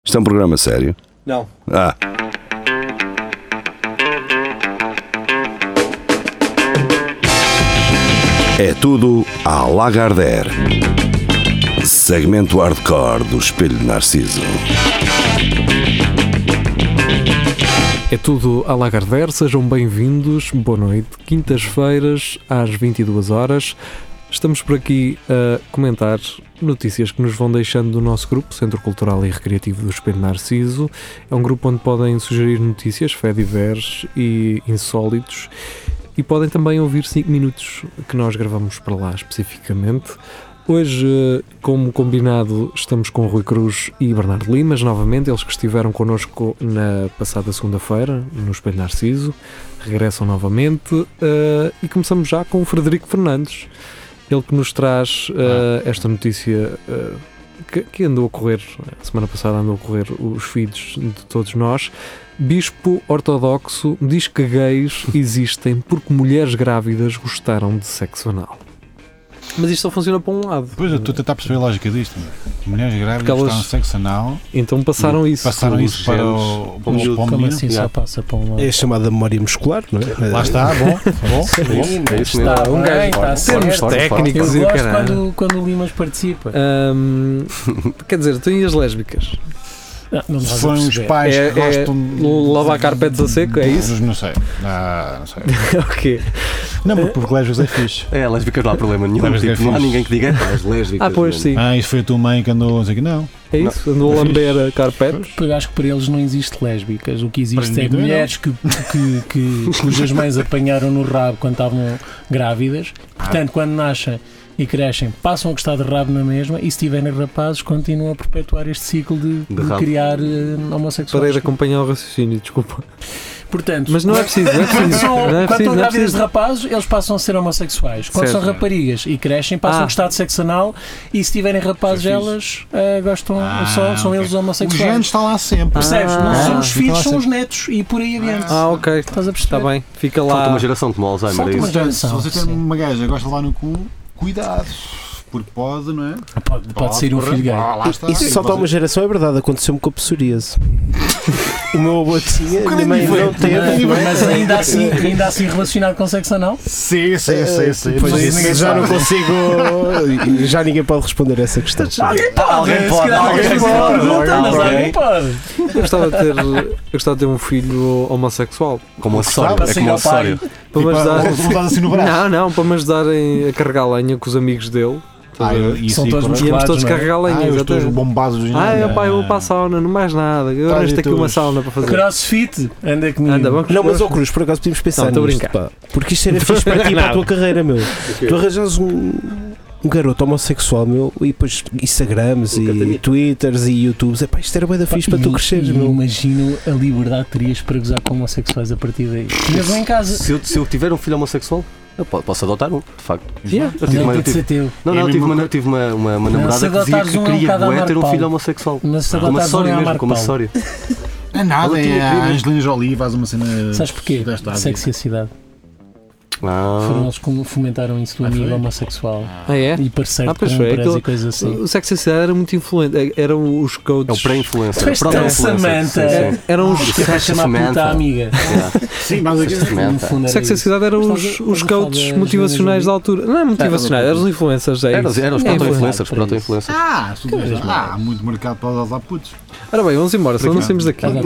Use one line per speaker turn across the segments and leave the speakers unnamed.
Isto é um programa sério?
Não.
Ah. É tudo à Lagardère. Segmento hardcore do Espelho de Narciso.
É tudo à Lagardère, sejam bem-vindos, boa noite. Quintas-feiras, às 22 horas, estamos por aqui a comentar notícias que nos vão deixando do nosso grupo, Centro Cultural e Recreativo do Espelho de Narciso. É um grupo onde podem sugerir notícias, fediveres e insólitos, e podem também ouvir 5 minutos que nós gravamos para lá especificamente. Hoje, como combinado, estamos com Rui Cruz e Bernardo Limas, novamente, eles que estiveram connosco na passada segunda-feira, no Espelho Narciso, regressam novamente, e começamos já com o Frederico Fernandes, ele que nos traz esta notícia que andou a correr, a semana passada andou a correr os feeds de todos nós. Bispo ortodoxo diz que gays existem porque mulheres grávidas gostaram de sexo anal. Mas isto só funciona para um lado.
Pois, eu estou a tentar perceber a lógica disto. Mulheres grávidas
elas...
estão sexo anal.
Então passaram isso.
Passaram isso para o
Como assim só passa para um lado?
É a chamada memória muscular, não é?
Lá está, bom.
Sim,
É isso mesmo.
está
Um
bem,
gajo
está
termos
certo.
técnicos e
Eu
o
gosto
caralho.
quando o Limas participa.
Quer dizer, tu e as lésbicas?
Não
Se forem os pais que gostam de
lavar carpetes a seco, é isso?
Não sei. Não sei.
Ok.
Não, porque lésbicas é fixe.
É, lésbicas não há problema nenhum.
Lésbicas
Tipo, não há
fixe.
ninguém que diga as lésbicas.
Ah, pois sim.
Isso foi a tua mãe que andou, não sei o que, não.
É isso? Andou a lamber carpetes?
Eu acho que para eles não existe lésbicas. O que existe
Para
é
mim também
mulheres cujas mães apanharam no rabo quando estavam grávidas. Portanto, quando nascem e crescem, passam a gostar de rabo na mesma, e se tiverem rapazes, continuam a perpetuar este ciclo de criar homossexuais.
Para ir acompanhar o raciocínio, desculpa.
Portanto,
Mas não é preciso, não é
quando
preciso.
quando estão grávidas de rapazes, eles passam a ser homossexuais. Quando
Certo.
são raparigas e crescem, passam a gostar de sexo anal, e se tiverem rapazes, elas gostam, são eles os
O
homossexuais.
género está lá sempre.
Percebes? Não são os
fica
filhos,
lá
são os
sempre.
netos, e por aí adiante.
Ok.
Estás a perceber?
Está bem. Fica
Falta
lá.
uma geração como o Alzheimer,
Falta
é
uma
isso?
geração.
Se você tem
sim.
uma gaja que gosta de lá no cu, cuidado. Porque pode, não é?
Pode ser um filho gay.
Lá está.
Isso só para uma geração é verdade, aconteceu-me com a psoríase. O meu avô tinha, a minha mãe não teve.
Mas ainda assim relacionado com sexo anal?
Sim.
Pois isso já não consigo. Já ninguém pode responder a essa questão.
Alguém pode.
Alguém pode.
Eu gostava de ter um filho homossexual.
Como acessório. É como acessório.
Para me ajudar.
Voltado assim no braço.
Não, para me ajudarem a carregar lenha com os amigos dele.
São todos
Íamos
musculados,
todos
não é?
carregar lenha,
Os teus
exatamente.
bombados do ginásio.
Pá, eu vou para a sauna, não mais nada. Eu arranjo aqui uma sauna para fazer.
Crossfit, anda comigo.
Anda bom.
Não, mas Cruz, por acaso podíamos pensar
Não, estou a
nisto,
brincar.
pá. Porque isto era fixe para ti e para a tua carreira, meu. Tu arranjas um garoto homossexual, meu, e depois Instagrams e Twitters e YouTubes. Epá, isto era bué da fixe para tu cresceres, meu.
Imagino a liberdade que terias para gozar com homossexuais a partir daí. Tinhas um em casa.
Se eu tiver um filho homossexual, eu posso adotar um, de facto.
Yeah.
Eu tive
Não
uma-
tem de ser teu.
eu tive uma namorada
se
que dizia
adotares
que
um, é um
queria
bocado a
bué
Marco
ter um
Paulo.
filho homossexual.
Mas se
Como
adotares um
acessório
é a
mesmo,
Marco
como
Paulo.
acessório.
É nada,
Ela tinha
é a
querido.
Angelina Jolie faz uma cena.
Sabes porquê?
desta área.
Sexo e a cidade. Foram eles que fomentaram isso do amigo
foi?
homossexual.
Ah, é?
E parceiro de
pois foi.
compras e coisas assim.
O Sexo e a Cidade era muito influente. Eram os
É o
coaches.
pré-influencer.
Tu és tão Samantha.
Eram os.
Isto vai chamar
Samantha.
puta amiga.
Sim, mas aqui.
No fundo era
Sexo e a
isso.
Cidade eram
Mas
os
estás a
coaches
falar da
motivacionais da altura. Não é motivacionais, eram os influencers. É
Eram
isso.
os
É
proto-influencers.
para
Proto-influencers.
Há muito mercado para usar putos.
Ora bem, vamos embora, senão não saímos daqui.
Exato.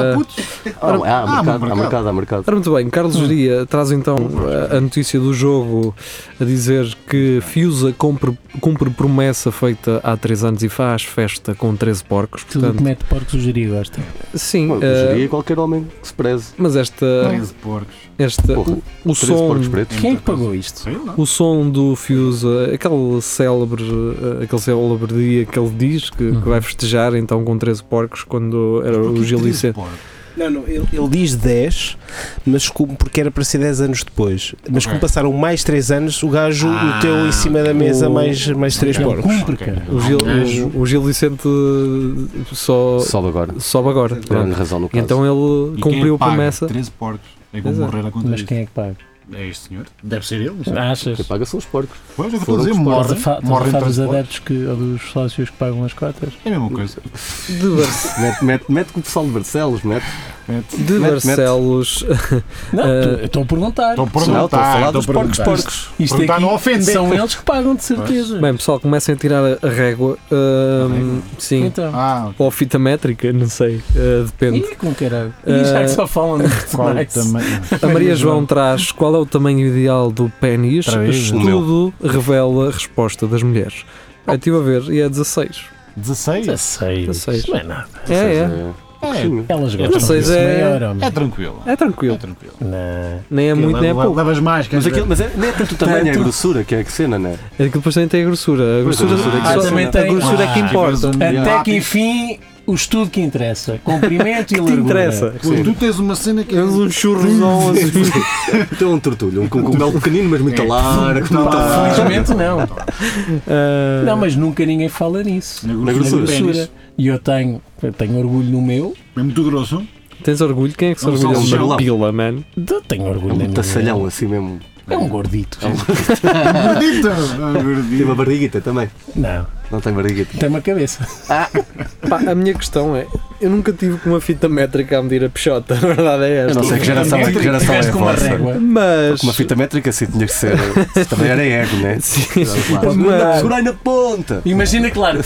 Há mercado.
Ora, muito bem, Carlos Geria traz então a notícia do jogo a dizer que Fiusa cumpre promessa feita há 3 anos e faz festa com 13 porcos.
Tudo que
Portanto,
mete porcos o geria gosta.
sim,
Eu diria qualquer homem que se preze.
mas esta,
13 porcos.
Porra,
o
13
som,
porcos pretos.
Quem é que pagou isto?
Sei lá.
o som do Fiusa, aquele célebre dia que ele diz que vai festejar então com 13 porcos quando era o Gil Vicente.
Não, ele diz 10, mas porque era para ser 10 anos depois. Mas como passaram mais 3 anos, o gajo meteu em cima da mesa mais 3
Ele
porcos.
cumpre, cara.
O Gil Vicente só
Sobe agora.
sobe agora.
Grande
Pronto.
razão no
E
caso.
então ele
E quem
cumpriu a
paga?
promessa.
13 porcos. É como
Exato.
morrer a conta
Mas
disto.
quem é que paga?
É este senhor. Deve ser ele. Não sei.
Achas?
Quem paga são os porcos.
Pois é o que eu
Foram
estou a dizer,
os
Estás a
morrem
falar
em
dos
transporte.
adeptos ou dos sócios que pagam as cotas?
É a mesma coisa.
Mete com o pessoal de Barcelos, mete.
De
Mete.
Barcelos.
Não, estou a perguntar.
Estou a
Não, estou a
perguntar.
falar dos
estou a
porcos
perguntar.
porcos.
Isto
Perguntar
aqui
não ofende.
são eles que pagam de certeza.
Bem, pessoal, comecem a tirar a régua. Sim.
Então.
Ah,
Ou fita métrica, não sei. Depende.
E com caralho. E já que só falam de
qual
personagens.
também?
A Maria João traz qual é o tamanho ideal do pênis.
Outra vez?
Estudo revela a resposta das mulheres. Eu estive a ver e é 16.
16?
16.
16.
Isso não é nada.
É.
Elas
Eu
gostam
não sei
de
se
ser
é-
maior, homem.
É tranquilo.
É tranquilo.
É tranquilo.
Não.
Nem é muito, nem é pouco.
Levas mais, quer
Mas,
dizer.
nem é tanto o tamanho, é a grossura que é a cena, não é?
É que depois também tem a grossura. A
Pois,
grossura,
a grossura é que
só-
já
também
a
tem.
grossura é que
Ah,
importa.
Até que enfim, o estudo que interessa. Comprimento e
Que te
largura.
interessa?
Pô, tu tens uma cena que é.
Tens um churrosão assim.
Então um tortulho, um cogumelo pequenino, mas muito largo. Muito largo.
Felizmente não.
Ah,
Não, mas nunca ninguém fala nisso.
Na grossura.
Pênis.
E eu tenho orgulho no meu.
É muito grosso.
Tens orgulho? Quem é que se
Não,
orgulha
só
de
um
uma pila, man?
Eu tenho
É
orgulho
um
na minha.
tassalhão assim mesmo.
É um gordito.
Gordito.
Tem
Gordito.
uma barriguita também.
Não,
Não tem barriguita.
tem uma cabeça.
Pá, a minha questão é, eu nunca tive com uma fita métrica a medir a peixota, a verdade é
Eu
esta.
não sei que geração é
Tiveste com uma
vossa.
régua.
Mas...
Com uma fita métrica assim tinha que ser. Também era ego, né?
Sim.
Mas... Segura aí na ponta!
Imagina, claro.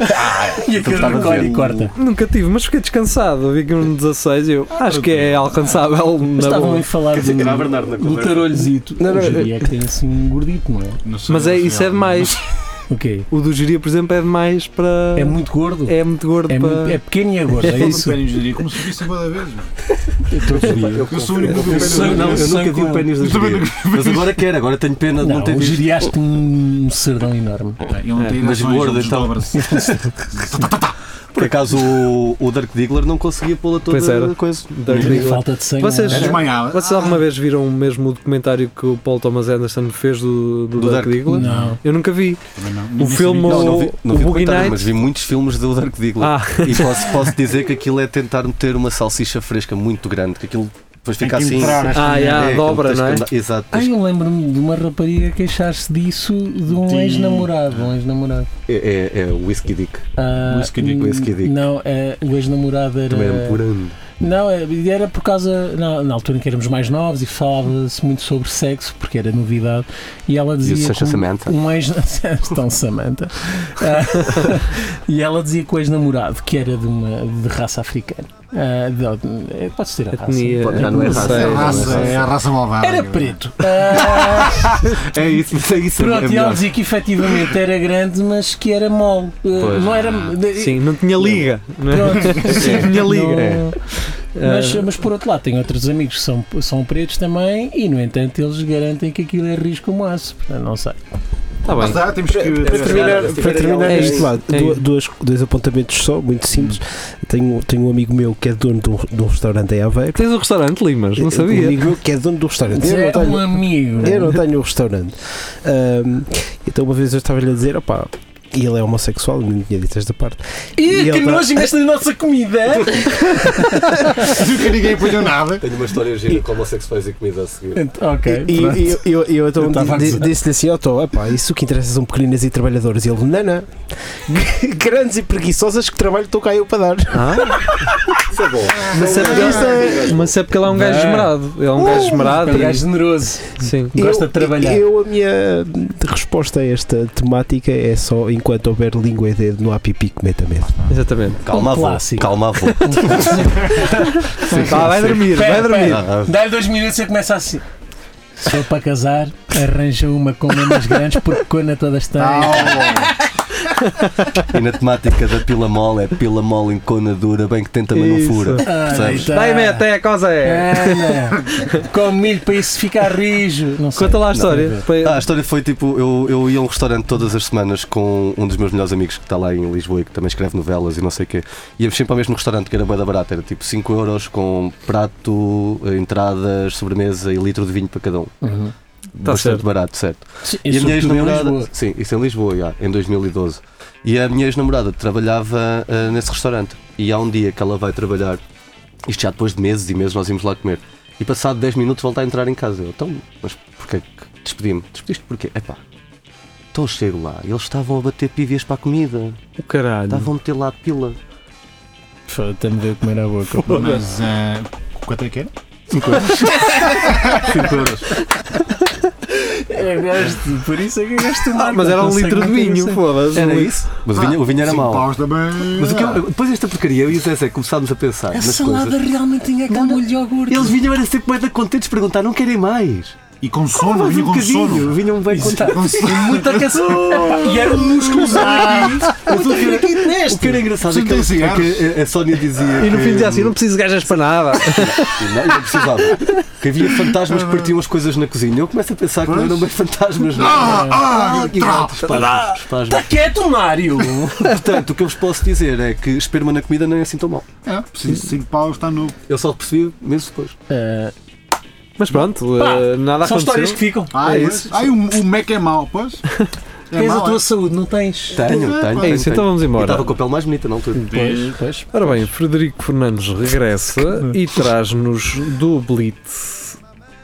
E aquilo
estava a
recolhe
ver.
e corta.
Nunca tive, mas fiquei descansado. Vi que um 16 eu acho que é alcançável
Mas
na
estavam
boa.
a falar do,
Era a Bernardo na
do
conversa.
tarolhozito.
Não, não,
O Jiri é que tem assim um gordito, não é?
Não sei,
Mas
não sei
isso é
algo.
demais.
O quê?
O do Giria, por exemplo, é demais para...
É muito gordo?
É muito gordo
É,
para...
muito, é pequeno e é gordo, é
Todo o
isso?
pênis diria, como se visse boa vez.
Todos os dias.
Eu sou o único que viu o
Eu,
pênis.
sou- não, eu
Eu
nunca vi
sei
o pênis da
Eu também
Giria. Mas agora quero, agora tenho pena de não
Não,
ter
o
visto.
Giriaste tem um cerdão enorme.
Ele não tem
Mas
ereções,
gordo,
ele
então.
desdobra-se.
Por acaso o Dirk Diggler não conseguia pô-la toda
Pois era.
coisa.
Dirk
Tem
Diggler.
falta de sangue.
Vocês-
não é?
Desmaiava.
Vocês alguma vez viram mesmo o documentário que o Paul Thomas Anderson fez do
Do
Dirk
Dirk?
Diggler?
Não.
Eu nunca vi.
Também não.
O
Nem
filme-
sabia.
Não vi
o
o
Boogie
documentário,
Nights?
mas vi muitos filmes do Dirk Diggler.
Ah,
E posso dizer que aquilo é tentar meter uma salsicha fresca muito grande, que aquilo depois
Tem
fica
que
assim.
entrar esta
Ah,
mulher.
yeah.
aquilo
dobra,
tens que
não é?
andar- Exato.
Eu lembro-me de uma rapariga queixar-se disso de um
De-
ex-namorado. Um ex-namorado.
É o Whisky Dick.
Whisky Dick.
Whisky Dick.
Não, o ex-namorado era.
Também era purando.
Não, era por causa. Na altura em que éramos mais novos e falava-se muito sobre sexo, porque era novidade. E ela
E o
dizia.
Sancha
que
Samantha.
Um ex. Tão Samantha. E ela dizia que o ex-namorado, que era de raça africana. Pode ser a raça.
etnia.
Pode- já não é raça,
sei,
É a
não
raça,
sei.
é a raça malvada.
Era preto.
É isso, é isso.
Pronto,
é
e ela
melhor.
dizia que efetivamente era grande, mas que era mole.
Pois.
Não era.
Sim, não tinha liga. Não é?
Pronto, sim,
Não tinha liga.
não-
Ah,
Mas por outro lado, tenho outros amigos que são pretos também e, no entanto, eles garantem que aquilo é risco como aço. Portanto, não sei.
Tá
Lá
bem.
está, temos que.
Para terminar
É
este
isso,
lado,
é isso.
dois apontamentos só, muito simples. Tenho um amigo meu que é dono de um restaurante em Aveiro.
Tens um restaurante, Limas? Não
Um
sabia.
amigo meu que é dono do restaurante. Eu
É
não
um
tenho,
amigo.
eu não tenho um restaurante. Então uma vez eu estava-lhe a dizer, opá, e ele é homossexual, não tinha dito esta parte.
Ih,
E
que
ele tá-
nojo nesta nossa comida!
Nunca ninguém apanhou nada.
Tenho uma história gira com homossexuais e comida a seguir.
Ok.
E
pronto.
eu então
Eu estava a dizer.
disse-lhe assim, epá, isso que interessa são pequeninas e trabalhadoras. E ele, não. Grandes e preguiçosas que trabalho estou cá eu para dar.
Ah,
Isso é bom.
mas é porque ele é um gajo
Não.
esmerado. Ele é um gajo esmerado.
É um
e-
gajo generoso.
Sim.
Gosta de trabalhar.
A minha resposta a esta temática é só enquanto houver língua e dedo no há pipi que meta medo.
Exatamente.
Calma, avô.
clássico.
Calma, avô.
Vai dormir, vai dormir.
Dá-lhe 2 minutos e começa assim. Se for para casar, arranja uma com menos grandes porque cona todas têm.
E na temática da pila mole, é pila mole em cona dura, bem que tenta, mas não
Isso.
fura.
Ah,
Percebes?
tá.
Vai, mete, é a coisa é.
Ana, come milho para isso ficar rijo. Não sei.
Conta lá a história.
A história foi tipo, eu ia a um restaurante todas as semanas com um dos meus melhores amigos que está lá em Lisboa e que também escreve novelas e não sei o quê. Íamos sempre ao mesmo restaurante que era bué da barata, era tipo 5 euros com prato, entradas, sobremesa e litro de vinho para cada um.
Uhum.
Tá
Bastante
certo.
barato, certo.
Sim,
E a minha
sobretudo em
ex-namorada,
Lisboa.
sim, isso em Lisboa, já, em 2012. E a minha ex-namorada trabalhava nesse restaurante. E há um dia que ela vai trabalhar, isto já depois de meses e meses nós íamos lá comer. E passado 10 minutos volta a entrar em casa. Eu, então, mas porquê que despedi-me? Despediste porquê? Epá, então eu chego lá e eles estavam a bater pívias para a comida.
O caralho.
Estavam a meter lá a pila.
Até me veio comer a boca.
Mas quanto é que era?
5 euros. 5 euros.
Por isso é que eu gosto de
Mas era um litro de vinho, foda-se.
Era isso? Mas o vinho era
5
mau.
paus também.
Mas depois desta porcaria, eu e o Zé começámos a pensar
A
nas
salada
coisas.
realmente tinha aquele molho de iogurte.
Eles vinham, era sempre bem contentes, perguntar, não querem mais?
E com sono, vinha com sono.
Vinham bem contar.
Muita aquecida. E era um músculo
O que era engraçado é que a Sónia dizia.
E no
que-
fim dizia assim: não preciso de gajas para nada.
Não precisava. Que havia fantasmas que partiam as coisas na cozinha. Eu começo a pensar que não eram bem fantasmas, não.
Está quieto, Mário!
Portanto, o que eu vos posso dizer é que esperma na comida não é assim tão mal.
É, preciso de 5 paus, está no.
Eu só percebi meses depois.
Mas pronto,
Pá,
nada
São histórias
aconteceu.
que ficam.
É isso.
O Mac é mau, pois. É
Tens a
mau,
tua
é.
saúde, não tens?
Tenho.
É isso, então vamos
Eu
embora.
estava com a pele mais bonita na altura.
Pois.
Ora bem, Frederico Fernandes regressa e traz-nos do Blitz.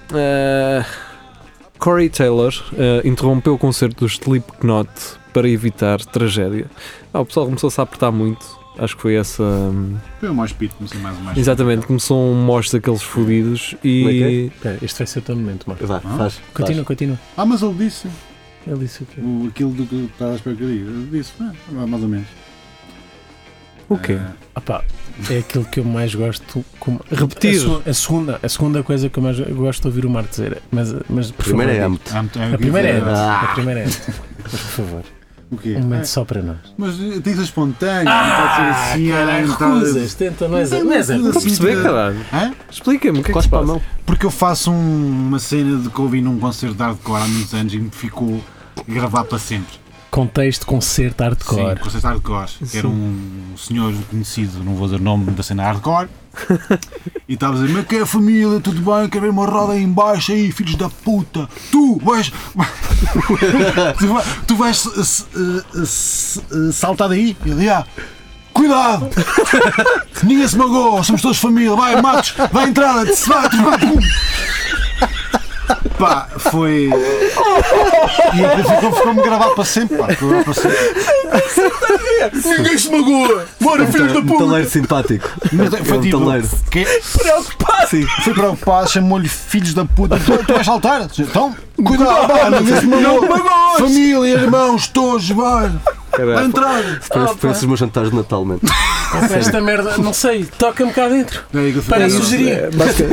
Corey Taylor interrompeu o concerto do Slipknot para evitar tragédia. O pessoal começou-se a apertar muito. Acho que foi essa.
Foi o mais pito, não sei mais ou mais.
Exatamente, começou um mosh daqueles fodidos
Como é que
e.
Espera, este vai ser o teu momento, Mário.
Vai, faz.
Continua.
Ah, mas ele disse.
Ele disse o quê?
Aquilo do que estava a esperar que eu diga. Ele disse, mais ou menos.
O quê?
É aquilo que eu mais gosto.
Repetir.
A segunda coisa que eu mais gosto de ouvir o Marco dizer. Mas por
Primeiro é
favor,
âmbito.
A primeira é.
Ah.
A primeira é. Mas por favor,
O quê?
um momento só para nós.
Mas tem que ser espontâneo, não pode ser assim,
caralho,
não tá-
recusas, tenta, não és
Não
não és
tem
Não estou a
assim
perceber,
que-
caralho.
Hã?
Explica-me o que é que
Cospe
se
para a
passa.
mão.
Porque eu faço uma cena de que ouvi num concerto de hardcore há muitos anos e me ficou a gravar para sempre.
Contexto, concerto,
Sim,
hardcore.
concerto de hardcore. Era um senhor conhecido, não vou dizer o nome da cena hardcore, e estava a dizer: mas que é a família, tudo bem, quero ver uma roda aí em baixo aí, filhos da puta, tu vais tu vais saltar daí? E ele, cuidado, ninguém se magoa, somos todos família, vai Matos, vai entrada, pá, foi. E aquilo ficou-me gravado para sempre, pá. Ficou gravado para sempre. Ninguém se magoa! Bora, filhos da
Um
puta!
taleiro simpático.
Mas foi
um
tipo.
taleiro.
Preocupado!
Sim.
Foi preocupado, chamou-lhe filhos da puta. Tu vais saltar? Então, cuidado, pá, ninguém se magoa! Família, irmãos, todos, vai! Vai entrar!
Parece os meus jantares de Natal, mano.
Esta merda, não sei, toca-me cá dentro. Parece sugerir.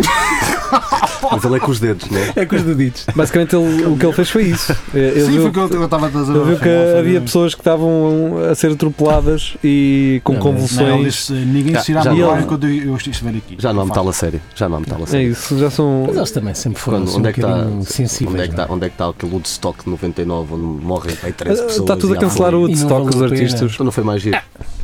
Mas ele é com os dedos, não é?
É com os deditos. Basicamente o que ele fez foi isso. Ele
Sim,
viu,
foi o que eu estava a dizer.
ele viu que havia pessoas que estavam a ser atropeladas e com
Não,
Não, ele
convulsões.
disse, ninguém se irá
Já
magoar
não.
enquanto eu estiver aqui.
Já não há metal a sério. Já não há metal a
É
sério.
isso, já são.
Mas eles também sempre foram
Quando,
assim,
onde é que está?
sensíveis.
Onde é que está aquele Woodstock de 99 onde morrem aí 13 pessoas?
Está tudo a
e há
cancelar o
fome?
Woodstock dos
valeu a pena.
artistas.
Então não foi mais giro.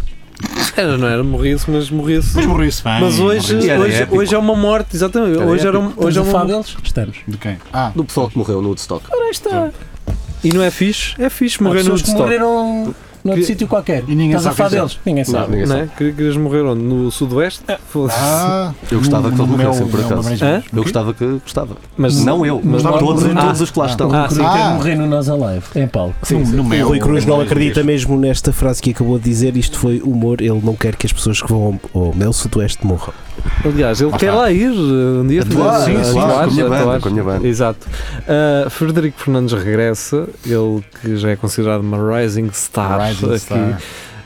Não era, morria-se, mas morria-se.
Mas morri-se bem.
Mas hoje,
morria-se. Era
hoje,
épico.
hoje é uma morte, exatamente.
Era
Hoje era,
épico.
hoje é
Estamos a falar
uma.
deles? Estamos.
De quem?
Do pessoal que morreu no Woodstock.
Ora está.
E não é fixe? É fixe
Há
morrer no
pessoas que
Woodstock.
morreram noutro
Que-
sítio qualquer.
E ninguém
Estás a
sabe
falar
quem
deles? Ninguém sabe.
ninguém
Não
sabe.
é? Que eles morreram no Sudoeste? Foda-se.
Eu gostava que eles morressem, por acaso.
Hã?
Eu gostava.
Mas
Não eu,
mas
mas todos
Ah.
os que lá estão.
Ah, sim.
Quem quer morrer no Nós Alive, em palco.
No
O
meu.
Rui Cruz não
não
acredita mesmo nesta frase que acabou de dizer. Isto foi humor. Ele não quer que as pessoas que vão ao Mel Sudoeste morram.
Aliás, ele quer lá ir um dia
Atuar,
fazer-
sim,
atuar,
com a minha banda,
atuar.
com a minha banda.
Exato. Frederico Fernandes regressa, ele que já é considerado uma rising star aqui.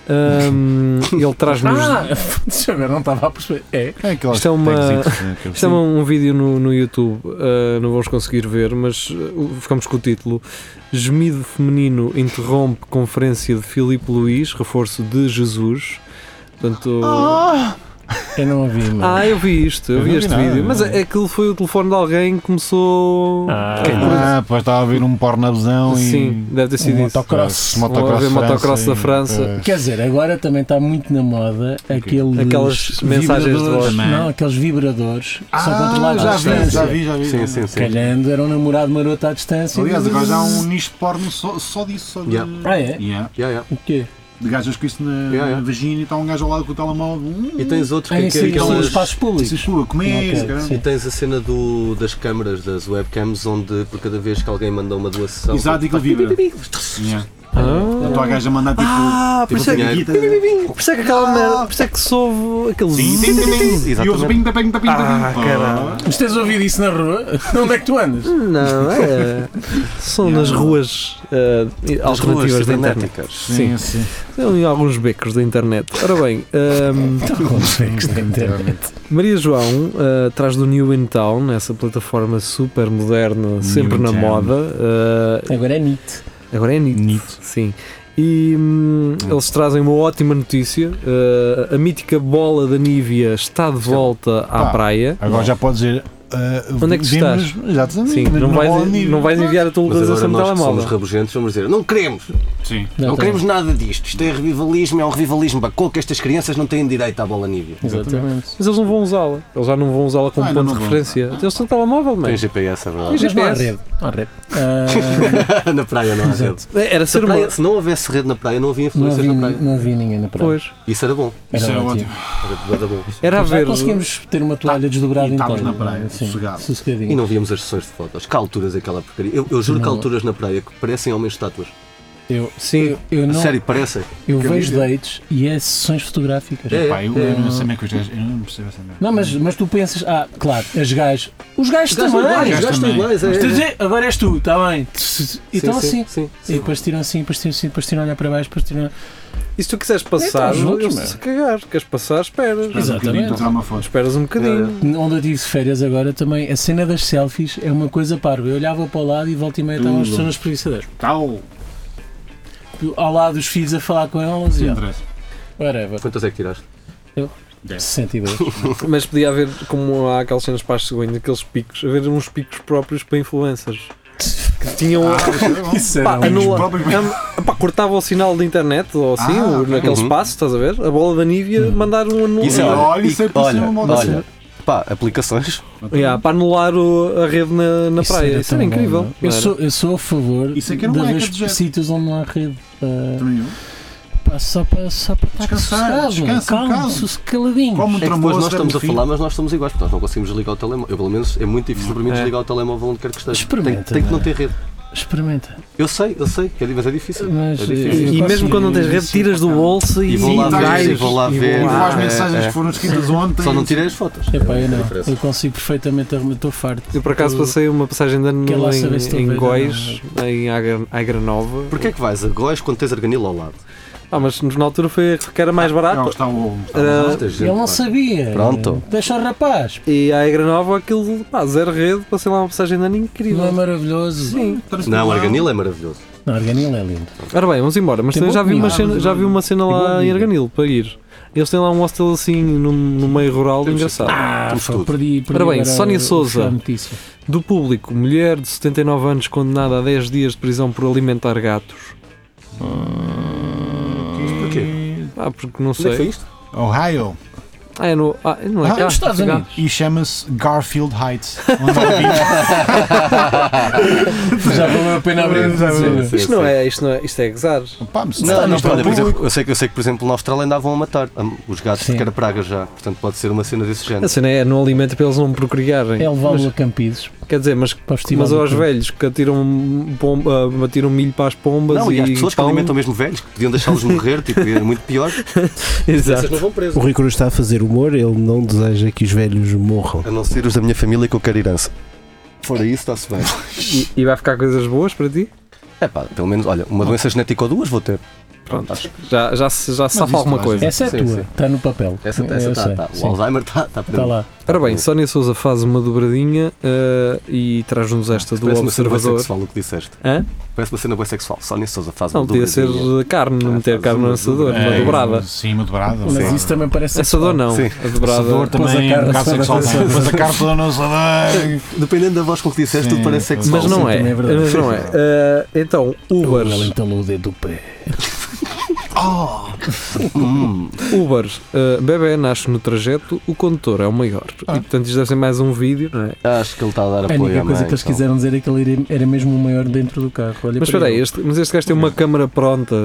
Ele traz-nos.
Deixa eu ver, não estava a perceber. É.
Isto é uma- Isto é um vídeo no YouTube, não vamos conseguir ver, mas ficamos com o título: Gemido feminino interrompe conferência de Filipe Luís, reforço de Jesus. Portanto,
Eu não ouvi, mano.
eu vi isto, eu
Eu
vi
não
este
vi nada.
vídeo, mas aquilo foi o telefone de alguém que começou.
Pois estava a ver um pornozão e.
Sim, deve ter sido isso.
Motocross.
Vou ver motocross da França.
Pois.
Quer dizer, agora também está muito na moda aqueles
mensagens de
vibradores-
voz.
Não, aqueles vibradores que são controlados à
já
distância.
vi.
Sim, sim, sim.
Calhando era um namorado maroto à distância.
Aliás, agora já há um nicho de porno só disso. Só de...
Yeah.
Ah, é?
Yeah.
Yeah, yeah.
O quê?
de gajas com isso na vagina e está um gajo ao lado com o telemóvel.
E tens outros que
Sim,
aquelas...
espaços públicos.
Comer,
Ok,
E tens a cena das câmaras, das webcams, onde por cada vez que alguém manda uma doação...
Exato, e que ele vibra. Yeah. Então a gaja a mandar
por isso é que
dinheiro.
por isso é que aquela merda, por isso é que se ouve aquele
E ouve pinta.
caralho.
Mas tens ouvido isso na rua? Onde é que tu andas?
Não, são nas ruas alternativas da internet.
Sim.
São em alguns becos da internet. Ora bem, Maria João traz do New in Town, essa plataforma super moderna, sempre na moda.
Agora é NIT.
Agora é NIT. Sim. E eles trazem uma ótima notícia. A mítica bola da Nívea está de volta à praia.
Agora já pode dizer.
Onde é que tu estás?
Já
Sim, não vais enviar a tua
Mas agora
localização de
nós que somos
telemóvel.
rabugentos vamos dizer, não queremos,
Sim.
não queremos nada disto, isto é revivalismo, é um revivalismo bacana que estas crianças não têm direito à bola Nívea.
Exatamente.
Mas eles não vão usá-la. Eles já não vão usá-la como
Ainda
ponto
não
de
vão.
referência. Eles têm telemóvel,
Tem
mas
GPS, é verdade.
Mas não há
GPS.
rede. Não há rede.
Na praia não há rede.
era ser
Na
uma.
praia, se não houvesse rede na praia, não havia influências na praia.
Não havia ninguém na praia.
Pois.
Isso era bom.
Isso era ótimo.
Era bom.
Era a
Já
ver.
conseguimos ter uma toalha desdobrada
e estávamos
inteira.
na praia,
Sim,
sossegado.
sossegadinho.
E não víamos as sessões de fotos. Que alturas é aquela porcaria. Eu juro que há
Não.
alturas na praia que parecem homens estátuas.
Sim.
Eu não,
Sério, parecem.
eu vejo dates e é sessões fotográficas.
É.
Pá, eu não sei como é que os gajos. Eu não percebo essa merda.
Não, mas tu pensas, claro, as gajas. Os gajos também.
Os gajos
também.
estão iguais.
Mas tu dizes, agora és tu, está bem. E estão assim.
Sim.
E depois tiram assim, depois tiram a olhar para baixo, depois tiram.
E se tu quiseres passar,
Então, juntos,
eles
meu.
se cagar. Queres passar, esperas.
Espera um bocadinho
Exatamente.
para tirar uma foto.
Esperas um bocadinho.
Onde eu tive férias agora também, a cena das selfies é uma coisa parva. Eu olhava para o lado e volta e meia estavam as pessoas nas preguiçadeiras.
Tal.
Ao lado dos filhos a falar com elas e
Sim,
ó,
interessa.
whatever.
Quantas é que tiraste?
62.
Mas podia haver, como há aquelas cenas para as cegonhas, aqueles picos, haver uns picos próprios para influencers. Que tinham.
Isso
Pá,
era um-
pá, cortava o sinal da internet ou assim,
ok.
naquele
Uhum.
espaço, estás a ver? A bola da Nívea mandar um anúncio.
Isso é,
Olha, isso é possível,
olha, pá, aplicações.
Para anular a rede na
Isso
praia.
era
Isso era
tão bom,
incrível.
não?
não era?
Eu sou a favor
Isso é que era
de
um
haver
hacker de jeito.
sítios onde não há rede.
Também eu.
Só para estar
Descansar,
sossegado,
descansa,
calmo,
calma.
sossegadinho.
Como um
É que depois
tramoço,
nós estamos a
enfim.
falar, mas nós estamos iguais, porque nós não conseguimos desligar o telemóvel. Eu, pelo menos, é muito difícil para mim
É.
desligar o telemóvel onde quer que esteja.
Experimenta,
Tem que não
não é?
ter rede.
Experimenta.
Eu sei, mas é difícil.
Mas,
É difícil.
eu
E
posso
mesmo
ir-
quando não tens rede, tiras do bolso
E vou lá
Sim,
ver,
tá,
e vou lá
e
ver.
vou
E
lá.
as mensagens que foram escritas ontem.
Só não tirei as fotos.
Epá, eu
É a
não.
diferença.
Eu consigo perfeitamente arrumar. Estou farto.
Eu por acaso passei uma passagem de ano
Quer lá saber se estou
em
velho
Góis, em Agra Nova.
Porquê é que vais a Góis quando tens Arganil ao lado?
Mas na altura foi que era mais
Não,
barato.
está o.
Muita gente,
Ele não
pá.
sabia.
Pronto.
Deixa o rapaz.
E a Agra Nova, aquilo, zero rede, passei lá uma passagem de ano
Não é
incrível.
maravilhoso?
Sim.
Não, o Arganil é maravilhoso.
Não, Arganil é lindo.
Ora bem, vamos embora. Mas
Tem
também
boa
já vi uma cena
Tem boa
lá em
comida.
Arganil para ir. Eles têm lá um hostel assim no meio rural engraçado.
Temos tudo.
Perdi
Ora bem,
agora
Sónia
a
Sousa.
notícia.
Do público, mulher de 79 anos condenada a 10 dias de prisão por alimentar gatos.
Porquê?
Porque não
Onde é que foi
sei.
isto?
Ohio.
Não é cá.
nos Estados Unidos.
E chama-se Garfield Heights. Onde há
Já valeu a pena abrir.
Sim,
Isto não é, isto é gozar.
Pá, mas
Não,
isto é
olha, por
público.
exemplo, eu sei que, por exemplo, na Austrália andavam a matar os gatos
Sim.
porque era praga já. Portanto, pode ser uma cena desse
A
género.
cena é não alimenta para eles não procriarem.
É levá-los
Mas,
a Campidos.
quer dizer, mas
Para o festival do
aos
Porto.
velhos que atiram milho para as pombas
Não, e as
e
pessoas que
pão.
alimentam mesmo velhos, que podiam deixá-los morrer, tipo, é muito pior.
Exato.
Essas não vão presos.
O Rui Cruz está a fazer humor, ele não deseja que os velhos morram.
A não ser os da minha família que eu quero herança. Fora isso, está-se bem.
E vai ficar coisas boas para ti?
É pá, pelo menos, olha, uma doença genética ou duas vou ter.
Pronto. Já se safa
isso
alguma
vai
coisa.
Essa é
Sim,
tua.
sim.
Está no papel.
Essa
Eu
está,
sei,
tá.
sim.
O Alzheimer está para
Está lá.
Ora bem, Sónia Sousa faz uma dobradinha e traz-nos esta do
Parece uma cena
Observador.
sexual o que disseste.
Hã?
Parece uma cena bem sexual. Sónia Sousa faz
Não,
uma
podia ser
dobradinha.
carne, meter
faz
carne no
uma
assador, uma
É,
dobrada.
Sim, uma dobrada.
Mas
Sim.
isso também parece
Assador não,
Sim.
a dobrada.
Assador também,
a carne
um bocado
assada.
sexual. Mas a carne toda no assador.
Dependendo da voz com que disseste,
Sim,
tudo parece sexual.
Mas não
Sim,
é.
também é verdade.
Mas não é. Então, Ubers.
Ele entalou o dedo do pé.
Ubers, bebê nasce no trajeto, o condutor é o maior. E portanto isto deve ser mais um vídeo, não é?
Acho que ele está a dar
A
apoio
única
à
coisa
mãe,
que eles
então.
quiseram dizer é que ele era mesmo o maior dentro do carro. Olha
Mas
para
espera aí,
ele.
este gajo tem uma câmara pronta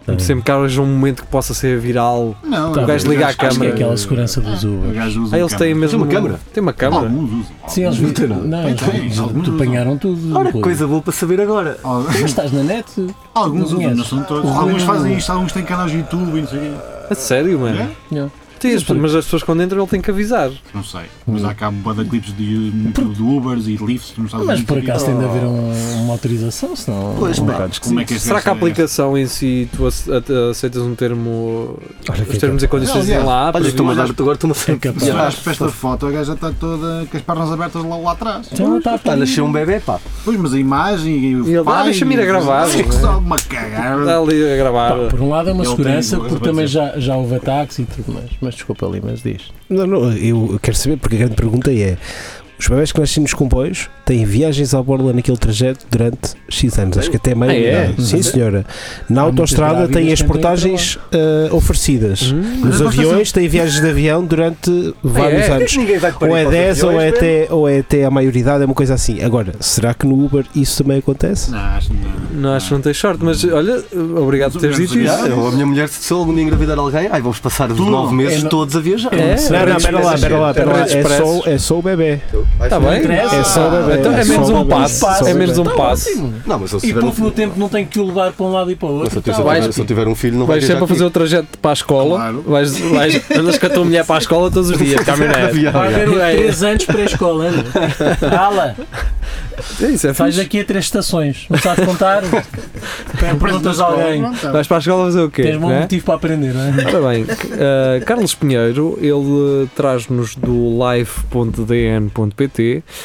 Sempre que haja um momento que possa ser viral,
Não,
o gajo liga à
Acho que é
câmara.
aquela segurança dos Uber.
Eles têm mesmo
uma câmara?
Tem uma câmara?
Alguns usam.
Sim, eles
Não tem nada.
não, eles
Tem, alguns
apanharam tudo.
Ora, que
Rui.
coisa boa para saber agora.
Mas estás na net?
Alguns
Não
usam,
conheces?
não são todos.
O
Alguns
Rui
fazem
não-
isto, alguns têm canais de YouTube e não sei o quê.
A sério, mano?
É?
Não.
Mas as pessoas quando entram ele tem que avisar.
Não sei. Mas há cá um de clipes de Ubers e de Lyfts, tu não sabes
Mas
muito
por
o que é.
acaso tem de haver uma autorização, senão.
Pois,
um
pá,
bocado
Como é
esquisito.
que este
Será que a
gajo é?
aplicação em si, tu aceitas um termo,
Olha
os termos e condições
Não,
em lá?
Olha, estou-me a
previstos?
dar, agora estou-me a
É capaz.
Se olhas para esta foto, a gaja está toda com as pernas abertas lá atrás.
Então está
Está a nascer um bebê, pá.
Pois, mas a imagem e o
E ele,
pai...
deixa-me ir a gravar,
Sim,
não é?
só uma cagada.
Está ali a gravar.
Pá, por um lado é uma
Ele
segurança,
tem-
porque também já houve ataques e tudo mais. Mas desculpa ali, mas diz.
Não, eu quero saber, porque a grande pergunta é: os bebés que nascem nos comboios têm viagens à borla naquele trajeto durante X anos, acho que até meio.
é?
Sim, senhora. Na
Há
autoestrada
muitas
têm as
grávidas
portagens oferecidas. Nos
Mas
aviões têm viagens de avião durante vários
é?
anos.
Ninguém vai
Ou é 10 ou é até a maioridade, é uma coisa assim. Agora, será que no Uber isso também acontece?
Não, acho que não.
Não, acho que não tens sorte, mas olha, obrigado por teres dito isso.
A minha mulher, se eu algum dia engravidar alguém, vamos passar os
Tudo.
9 meses
É, não-
todos a viajar.
É?
Não, espera lá, é só o bebê.
Está bem?
interessa.
É só o bebê.
Então é menos
só o
um
bebê.
passo.
Só
É
o
menos
bebê.
um passo.
Não, mas se eu
E
tiver
pouco no tempo não tem que o levar para um lado e para o outro.
se eu
Tá,
tiver, se eu tiver um filho, não vai
Vais sempre a fazer o trajeto para a escola.
Claro.
Andas com a tua mulher para a escola todos os dias, caminhonete.
Vai haver
Yeah.
3 anos para a escola. Ala,
Isso é
faz
fixe.
daqui a 3 estações. Não sabes contar? Perguntas a alguém.
Vais para a escola fazer o quê?
Tens bom
né?
motivo para aprender, não é?
Ora bem, Carlos Pinheiro, ele traz-nos do live.dn.pt.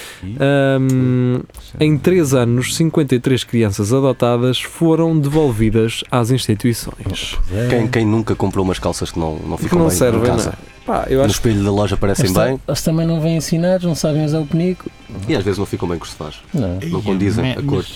Em 3 anos, 53 crianças adotadas foram devolvidas às instituições.
Quem nunca comprou umas calças que não
Que
ficam
não
bem em
servem,
casa?
não é? Pá, eu
No
acho
espelho da loja parecem bem
Eles também não vêm ensinados, não sabem usar o penico.
e às vezes não ficam bem com o que se faz.
Não.
Não condizem a cor.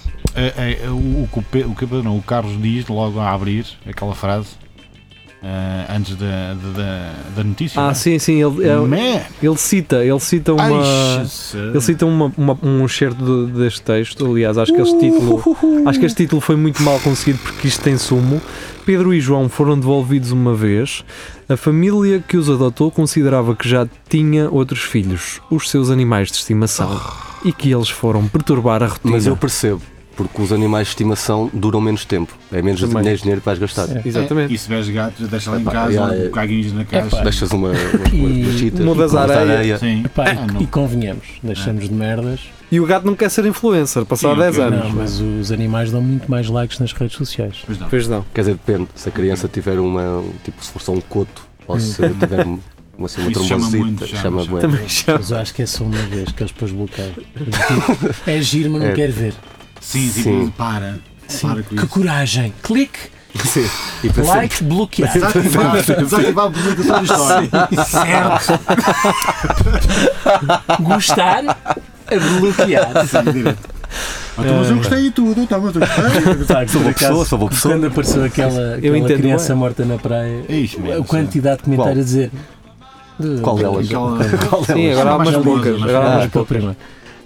O Carlos diz logo a abrir aquela frase antes da notícia.
Ah,
não é?
sim,
Man!
ele cita uma.
Ai,
Ele cita um excerto deste texto. Aliás, acho que este título foi muito mal conseguido porque isto tem sumo. Pedro e João foram devolvidos uma vez. A família que os adotou considerava que já tinha outros filhos, os seus animais de estimação, e que eles foram perturbar a rotina.
Mas eu percebo, porque os animais de estimação duram menos tempo. É menos
Também.
dinheiro que vais gastar.
É.
Exatamente.
E se vês gatos, deixa lá em
Epá,
casa, caguinhos na caixa.
Deixas umas
E-
cachitas,
mudas a areia.
Sim.
Epá,
não.
e convenhamos, deixamos de merdas.
E o gato não quer ser influencer, passado
Sim,
10
ok.
anos.
Não, mas os animais dão muito mais likes nas redes sociais.
Pois não.
Pois não.
Quer dizer, depende. Se a criança tiver se for só um coto, ou se tiver uma
Isso chama
trombozita,
muito,
chama
chama.
bué.
Também chama.
Mas eu acho que é só uma vez que eles depois bloqueiam. É giro, mas não
É.
quero ver.
Sim,
Sim.
tipo, para.
Sim.
Para com
Que
isso.
coragem! Clique,
Sim. E pensei,
like, bloquear.
Desativar a publicação de história.
Certo. Gostar, a bloquear.
Sim, direto. Mas eu gostei de tudo, então, mas eu gostei.
Sabe,
sou
por
boa
acaso,
pessoa, sou boa pessoa.
quando apareceu aquela
entendo
criança
bem.
morta na praia,
Ixi,
a quantidade de comentários a dizer.
Qual delas?
Aquela-
Sim, agora há umas
mais
poucas.
famosa,
Agora há umas
aquele
poucas.
primeiro.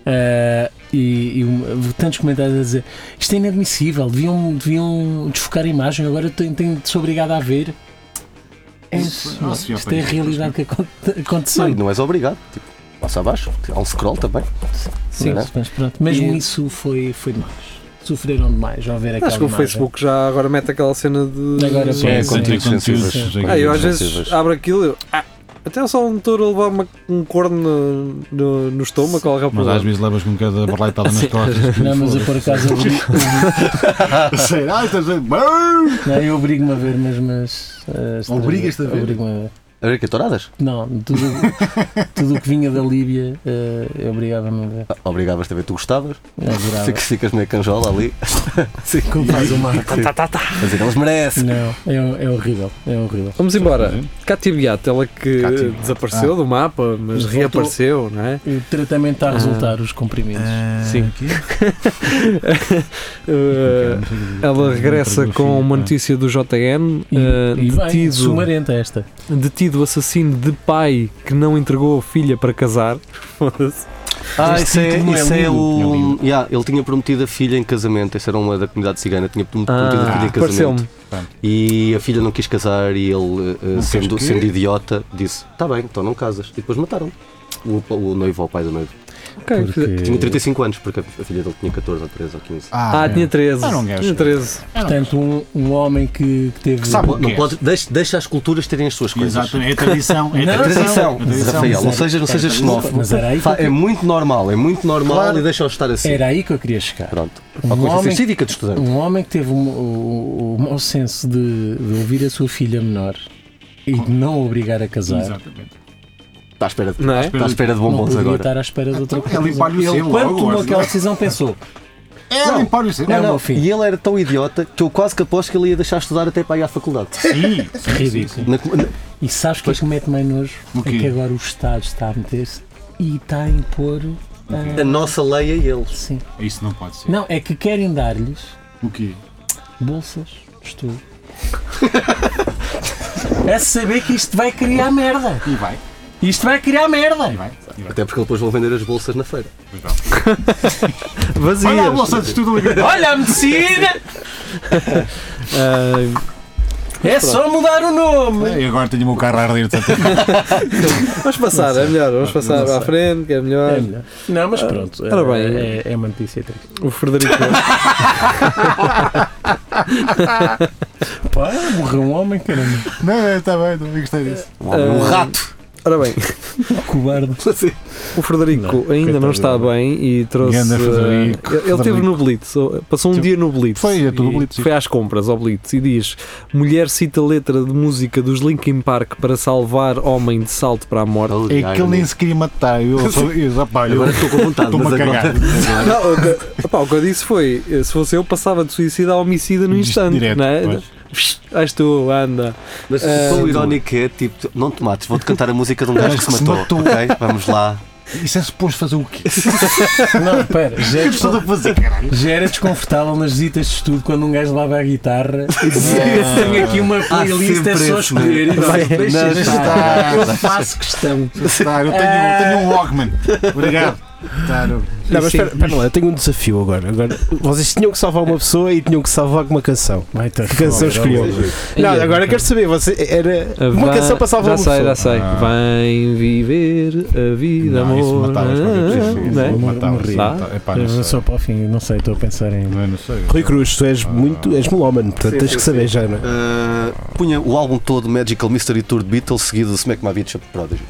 Tantos comentários a dizer isto é inadmissível, deviam desfocar a imagem, agora tenho de ser obrigado a ver.
Nossa,
Isto é a realidade que aconteceu.
Não, não és obrigado. Tipo, passa abaixo. Há um scroll também.
Sim,
Não é?
mas pronto, mesmo
E-
isso foi demais. Sofreram demais ao ver aquela
Acho que o
imagem.
Facebook já agora mete aquela cena de.
Agora
Sim,
É,
conteúdos
sensíveis.
sensíveis.
Eu às vezes
sensíveis.
abro aquilo e eu. Até só um touro a levar um corno no estômago, qual é o
Mas às
problema?
vezes levas com cada barletada nas costas.
Não, mas eu por acaso
Sei, estás a dizer,
eu obrigo-me a ver mas
Obrigas-te a ver?
Obrigo-me a ver.
A ver que touradas?
Não, tudo o que vinha da Líbia eu obrigava-me a ver.
Obrigavas-te a ver, tu gostavas?
Adorava.
Ficas meio canjola ali. Sim.
Como faz o mar.
A dizer, eles merecem.
Não, é horrível, é horrível.
Vamos embora. Cátia Beato, ela que
Cátia Beato.
desapareceu do mapa, mas
Voltou.
reapareceu, não é?
O tratamento está a resultar, os comprimidos.
Sim. Ela regressa com uma notícia do JN.
E vai,
Detido,
sumarenta esta.
detido assassino de pai que não entregou a filha para casar. Foda-se.
Isso é
lindo.
o. Ele tinha prometido a filha em casamento. Essa era uma da comunidade cigana. Tinha prometido a filha em casamento. E a filha não quis casar. E ele, sendo idiota, disse: tá bem, então não casas. E depois mataram o noivo ou o pai do noivo. Tinha 35 anos, porque a filha dele tinha 14 ou 13 ou 15.
Tinha 13.
Tinha
13.
Portanto, um homem que teve.
Não pode, deixa as culturas terem as suas coisas.
Exatamente, é tradição.
É tradição. Rafael, não sejas xenófobo.
Mas era aí
É muito normal claro. E deixa-os estar assim.
Era aí que eu queria chegar.
Pronto. A consciência cívica de estudante.
Um homem que teve o mau senso de ouvir a sua filha menor e de não obrigar a casar.
Exatamente.
Está à espera de,
não é?
Está à espera de
Não
bombons
podia
agora.
estar à espera de outra coisa.
Ele limpar-lhe o selo
Quando
logo,
tomou
assim.
aquela decisão, pensou:
limpar-lhe o selo.
Não,
Não,
fim.
e ele era tão idiota que eu quase que aposto que ele ia deixar estudar até para ir à faculdade.
Sim.
ridículo. E sabes que é que mete mais nojo?
O
É
quê?
que agora o Estado está a meter-se e está a impor.
A nossa lei é ele.
Sim.
Isso não pode ser.
Não, é que querem dar-lhes
O quê?
bolsas de estudo. É saber que isto vai criar merda.
E vai.
Isto vai criar merda.
E vai.
Até porque depois vão vender as bolsas na feira.
Vazias.
Olha a bolsa de estudo ligada.
Olha a medicina! É só mudar o nome.
E agora tenho o meu carro a arder de tanta
Vamos passar, é melhor. Vamos passar à frente, que é melhor.
É melhor. Não, mas pronto.
ora bem.
É uma notícia triste.
O Frederico.
Pá, morreu um homem, caramba.
Não, está bem, não gostei disso.
Um rato.
Ora bem,
Cobarde.
o Frederico ainda não está bem e trouxe.
Ganda Frederico.
Ele esteve no Blitz, passou um dia no Blitz.
Foi, é tudo
e
Blitz, sim.
Foi às compras ao Blitz e diz: mulher cita letra de música dos Linkin Park para salvar homem de salto para a morte.
É que ele nem se queria matar.
Agora estou com vontade,
Estou-me
mas
a cagar.
Não, o que eu disse foi: se fosse eu, passava de suicida a homicida no instante.
Direto,
não é?
pois.
És tu, anda.
Mas o irónico é tipo, não te mates, vou-te cantar a música de um gajo que se matou. Ok? Vamos lá.
Isso é suposto fazer o quê?
Não, pera,
Estou a fazer, caralho.
já era desconfortável nas visitas de estudo quando um gajo levava a guitarra e dizia: tenho aqui uma playlist, é só escolher. E vai, deixa estar. Eu faço questão.
Eu tenho um Walkman. Obrigado.
Não, mas espera lá, eu tenho um desafio agora. Vocês tinham que salvar uma pessoa e tinham que salvar uma canção. Que canção escolheu? Não, agora quero saber, era uma canção para salvar uma pessoa.
Já sei. Vem viver a vida,
Não, isso
amor.
matava-se qualquer coisa.
Eu sou para o fim, não sei, estou a pensar em.
Não sei.
Rui Cruz, tu és melómano, portanto tens que saber já, não é?
Punha o álbum todo Magical Mystery Tour de Beatles seguido de Smack My Bitch Up Prodigy.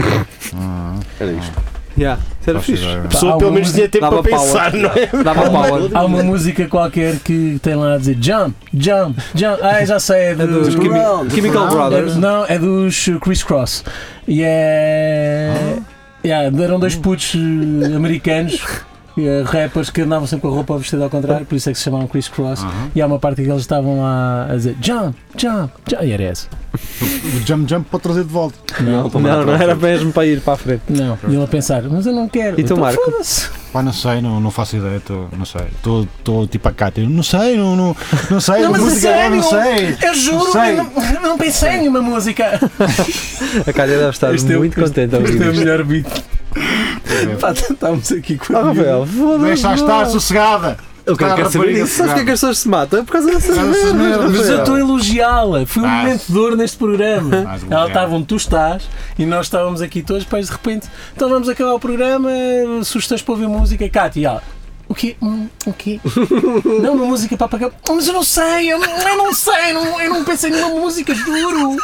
Era isto.
Isso era fixe.
A pessoa pelo menos tinha tempo
Dava
para pensar, não é?
Dava power.
Há uma música qualquer que tem lá a dizer jump, jump, jump. Já sei, é
Dos Chemical Brothers.
Não, é dos Criss Cross. E é. Eram dois putos americanos, rappers que andavam sempre com a roupa vestida ao contrário, por isso é que se chamavam Criss Cross. E há uma parte que eles estavam lá a dizer jump, jump, jump. E era essa.
O jump pode trazer de volta.
Não era mesmo para ir para a frente.
Não, e ele a pensar, mas eu não quero.
E tu, Marco?
Foda-se.
Pá, não sei, não faço ideia, não sei. Estou tipo a Cátia, não sei, não sei,
Não, mas
música
a
agora, não sei.
Eu juro,
sei.
eu não pensei em nenhuma música.
A Cátia deve estar muito contente a ouvir
Este é o
isto.
melhor beat. Pá, estamos aqui com a
Rafael, foda-se.
Deixa estar sossegada.
Eu quero saber isso.
Sabes porque é que as pessoas se matam? É por causa dessas
Essas merdas.
Mas eu estou a elogiá-la. Foi um
Ah.
momento de dor neste programa.
Mais um
Ela
lugar.
estava onde tu estás e nós estávamos aqui todos. Depois de repente, então vamos acabar o programa. Sugestões para ouvir música. Cátia, e ela, o quê? O quê? Não, uma música para apagar. Mas eu não sei, eu não sei, eu não pensei numa música, juro.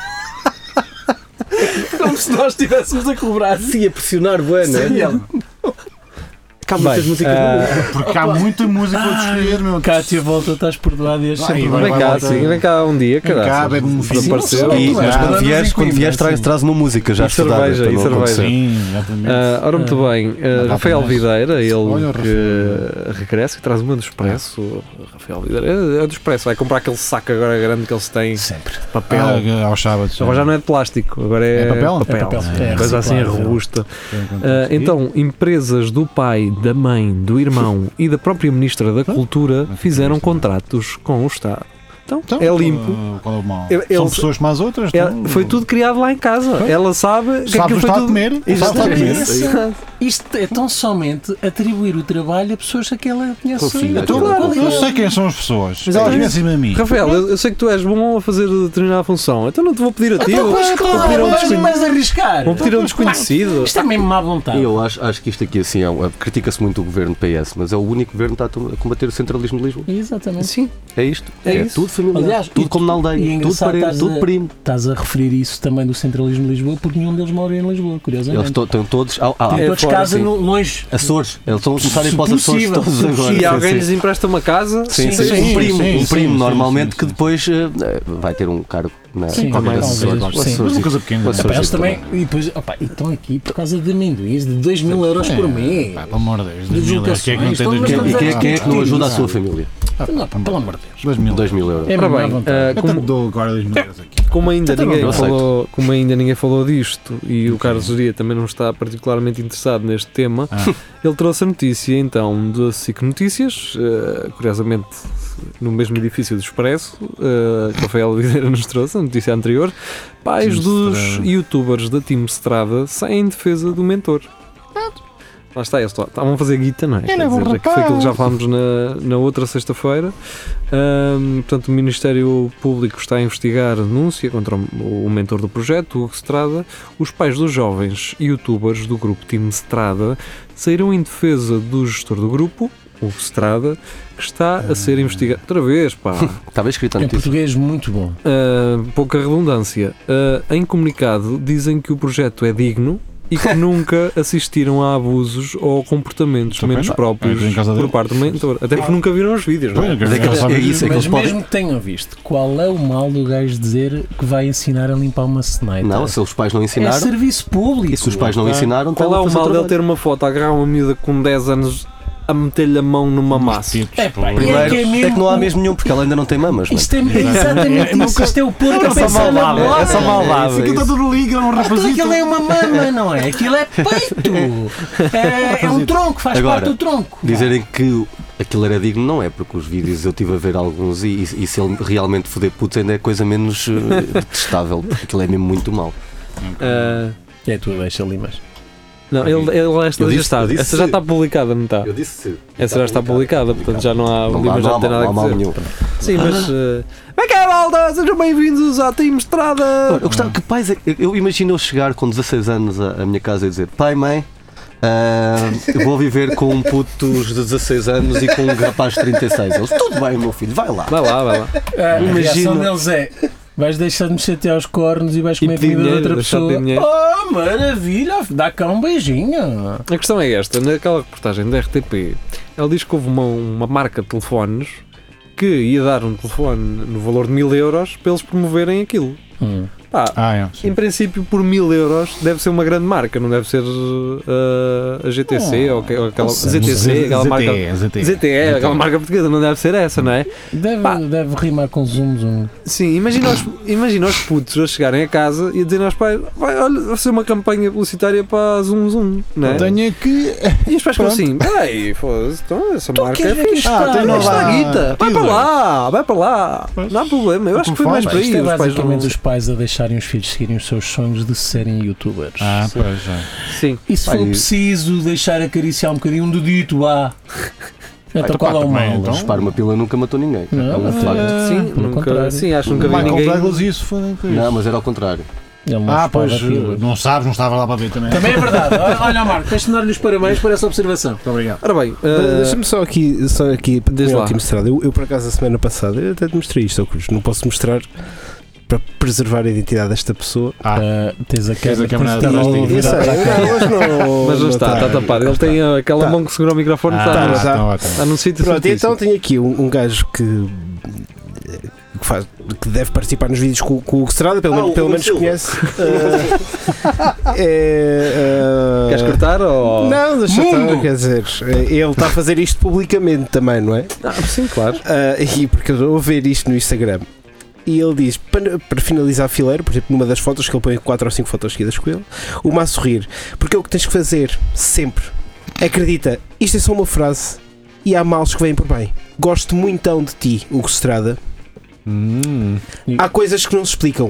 Como se nós estivéssemos a cobrar.
Assim a pressionar, bué, não
Sim,
é?
ela.
Há muitas músicas boas.
Porque há muita música para escolher, meu.
Cátia, volta, estás perdoada e és
Vai,
sempre
vai,
Vem
vai
cá,
voltar.
sim, vem cá um dia,
Vem cá,
caralho.
bebe-me um vinho.
Desapareceu.
E, mas
Ah,
quando vieres, traz uma música já
E
estudada.
cerveja,
para
e
não
cerveja.
acontecer.
Sim, exatamente.
Ora, muito bem,
dá
Rafael
para mais.
Videira,
Olha
ele
o
que regressa e traz uma do Expresso. Rafael Videira é do Expresso, vai comprar aquele saco agora grande que eles têm,
sempre.
papel.
Aos sábados.
Agora já não é de plástico, agora é,
É papel?
É papel. É
coisa assim
reciclado.
robusta. Então, empresas do pai, da mãe, do irmão e da própria Ministra da Cultura fizeram contratos com o Estado. Então, é limpo.
Qual é o mal?
Eles-
São pessoas como as outras?
Foi tudo criado lá em casa. Ela sabe que
Sabe o
aquilo foi
que está a
tudo.
comer?
Exatamente.
Exatamente.
Exato.
Isto é tão somente atribuir o trabalho a pessoas que ela conhece.
Confia,
Eu sei quem são as pessoas.
Mas olha,
Conhecem-me a mim.
Rafael, eu sei que tu és bom a fazer determinada função, então não te vou pedir a ti.
Então, pois
vou
claro,
pedir a um
vais
desconhecido.
mais arriscar.
Vou pedir a um desconhecido.
Isto é mesmo má vontade.
Eu acho que isto aqui assim, critica-se muito o governo PS, mas é o único governo que está a combater o centralismo de Lisboa.
Exatamente.
Sim,
É isto.
É isso.
Tudo familiar.
Aliás,
tudo
e
como na
e é
aldeia. Tudo
engraçado
parente,
estás
tudo
a-
primo.
Estás a referir isso também do centralismo de Lisboa porque nenhum deles mora em Lisboa,
Eles
curiosamente.
estão todos.
Tem todos
fora,
casa
sim.
longe.
Açores. Eles estão a começar a ir para os
Possível,
Açores todos agora.
e
Sim,
alguém
sim.
lhes empresta uma casa.
Sim,
Sim,
sim,
sim,
um primo,
sim,
um primo
sim,
normalmente
sim,
que
sim.
depois vai ter um cargo na
Sim,
qualquer
talvez,
Açores.
talvez, sim.
Mas uma coisa pequena.
Açores.
Epá, eles também, e depois, e estão aqui por causa de amendoins de 2.000 euros por mês.
Pelo amor de Deus.
De
2.000 euros. Quem é que não tem
deslocações,
2.000
E
euros?
quem é que não ajuda a sua família?
Não, pelo amor de Deus.
2.000
2 mil euros.
É
Ora
mesmo à
bem,
vontade.
Eu também dou agora 2.000 euros aqui.
como ainda,
Então,
ninguém
eu aceito.
falou, como ainda ninguém falou disto e o Carlos Geria também não está particularmente interessado neste tema, ele trouxe a notícia então da SIC Notícias, curiosamente no mesmo edifício do Expresso, que Rafael Videira nos trouxe, a notícia anterior. Pais
Team
dos
Strada.
youtubers da Team Strada saem em defesa do mentor. Lá está, eles estavam a fazer guita, não é? Quer dizer, que foi aquilo que já falámos na outra sexta-feira. Portanto, o Ministério Público está a investigar a denúncia contra o mentor do projeto, Hugo Strada. Os pais dos jovens youtubers do grupo Team Strada saíram em defesa do gestor do grupo, Hugo Strada, que está a ser investigado. Outra vez, pá.
Estava escrito a
Em
notícia.
português, muito bom.
Pouca redundância. Em comunicado, dizem que o projeto é digno e que nunca assistiram a abusos ou comportamentos
Também
menos
não.
próprios
É em casa
por
dele.
parte do mentor. Até porque nunca viram os vídeos, não é?
Mas é que eles- é isso, é que
Mas
eles podem.
mesmo que tenham visto, qual é o mal do gajo dizer que vai ensinar a limpar uma Sniper?
Não, se os pais não
É
ensinaram.
serviço público.
E se os pais não ensinaram,
Qual
estão
é
a
o
fazer
mal dele
trabalho.
ter uma foto a agarrar uma miúda com 10 anos a meter-lhe a mão numa massa?
É pá,
Primeiro,
é que é mesmo
é que não há
o-
mesmo nenhum, porque ela ainda não tem mamas.
Isto é exatamente isso. Isto é o porco a
É só
pensar na
maldade,
bola.
é só maldade.
Aquilo está tudo liga, é um rapazito.
Aquilo é uma mama, não é? Aquilo é peito. É um tronco, faz
Agora,
parte do tronco.
Dizerem que aquilo era digno não é, porque os vídeos eu estive a ver alguns e se ele realmente foder putos ainda é coisa menos detestável, porque aquilo é mesmo muito mau.
Ah,
É tu, deixa ali, mas.
não, esta
Eu
já
disse-
está.
eu disse
Essa já
sim.
está publicada, não está?
Eu disse
Essa já está publicada, portanto já não há.
Não
O Lima já não tem nada
há
a
mal
dizer.
nenhum.
Sim, mas. Como é que é, malta? Sejam bem-vindos à Team Estrada!
Eu gostava que pais. Eu imagino eu chegar com 16 anos à minha casa e dizer: pai, mãe, eu vou viver com um puto de 16 anos e com um rapaz de 36. Eles, tudo bem, meu filho, vai lá.
Vai lá, vai lá.
A reação
Imagina.
deles é: vais deixar de me chatear aos cornos e vais
E
comer
pedir
comida de
dinheiro,
outra
deixar de
pessoa.
pedir dinheiro.
Oh, maravilha! Dá cá um beijinho.
A questão é esta: naquela reportagem da RTP, ela diz que houve uma marca de telefones que ia dar um telefone no valor de 1.000 euros para eles promoverem aquilo. Pá,
É.
em princípio, por 1.000 euros deve ser uma grande marca, não deve ser a GTC ou aquela ZTC, aquela marca. ZTE, aquela marca portuguesa, não deve ser essa, não é?
Deve rimar com zoom.
Sim, imagina os putos a chegarem a casa e a dizerem aos pais: olha, vai ser uma campanha publicitária para Zoom Zoom, não é?
Tenho que.
E os pais ficam
Pronto.
assim: peraí, foda-se, então essa marca é
queres ver que
fixe.
isto está?
tem
Isto
lá.
dá guita, vai para lá, vai para lá,
Pois.
não há problema. Eu acho que foi mais para
Isto
aí.
é
Os pais
basicamente
não...
os pais a deixarem os filhos seguirem os seus sonhos de serem youtubers.
Pois já.
Sim,
E se for preciso deixar acariciar um bocadinho um dedito, então
Então,
qual é o
também,
mal?
então.
Dispara uma pila nunca matou ninguém.
Não,
É um facto.
sim,
pelo contrário.
nunca, sim, acho que nunca vi
Michael
ninguém.
Douglas isso foi.
Não, mas era ao contrário.
Ele não
Ah,
espalha
pois,
pilas.
não sabes, não estava lá para ver também.
Também é verdade. Olha, Marco, deixa-me dar-lhe os parabéns por essa observação.
Muito obrigado.
Ora bem,
Deixa-me só aqui
Diz lá.
para mostrar. Eu, por acaso, a semana passada, eu até te mostrei isto, Cruz. Não posso mostrar para preservar a identidade desta pessoa.
Tens a
Tens a
câmera
câmera
tens de
atrás de ti.
virar para cá.
mas não está tapado. Ele tem aquela
Tá.
mão que segura o microfone,
tá.
está num sítio
Pronto,
certíssimo.
então tenho aqui um gajo que deve participar nos vídeos com o Hugo Strada, pelo menos conhece.
Queres cortar ou...
Não, deixa estar, quer dizer, ele está a fazer isto publicamente também, não é?
Sim, claro.
E porque eu estou a ver isto no Instagram e ele diz, para finalizar a fileira, por exemplo, numa das fotos que ele põe 4 ou 5 fotos seguidas com ele, uma a sorrir, porque é o que tens que fazer sempre. Acredita, isto é só uma frase e há males que vêm por bem. Gosto muito então de ti, Hugo Strada. Há coisas que não se explicam.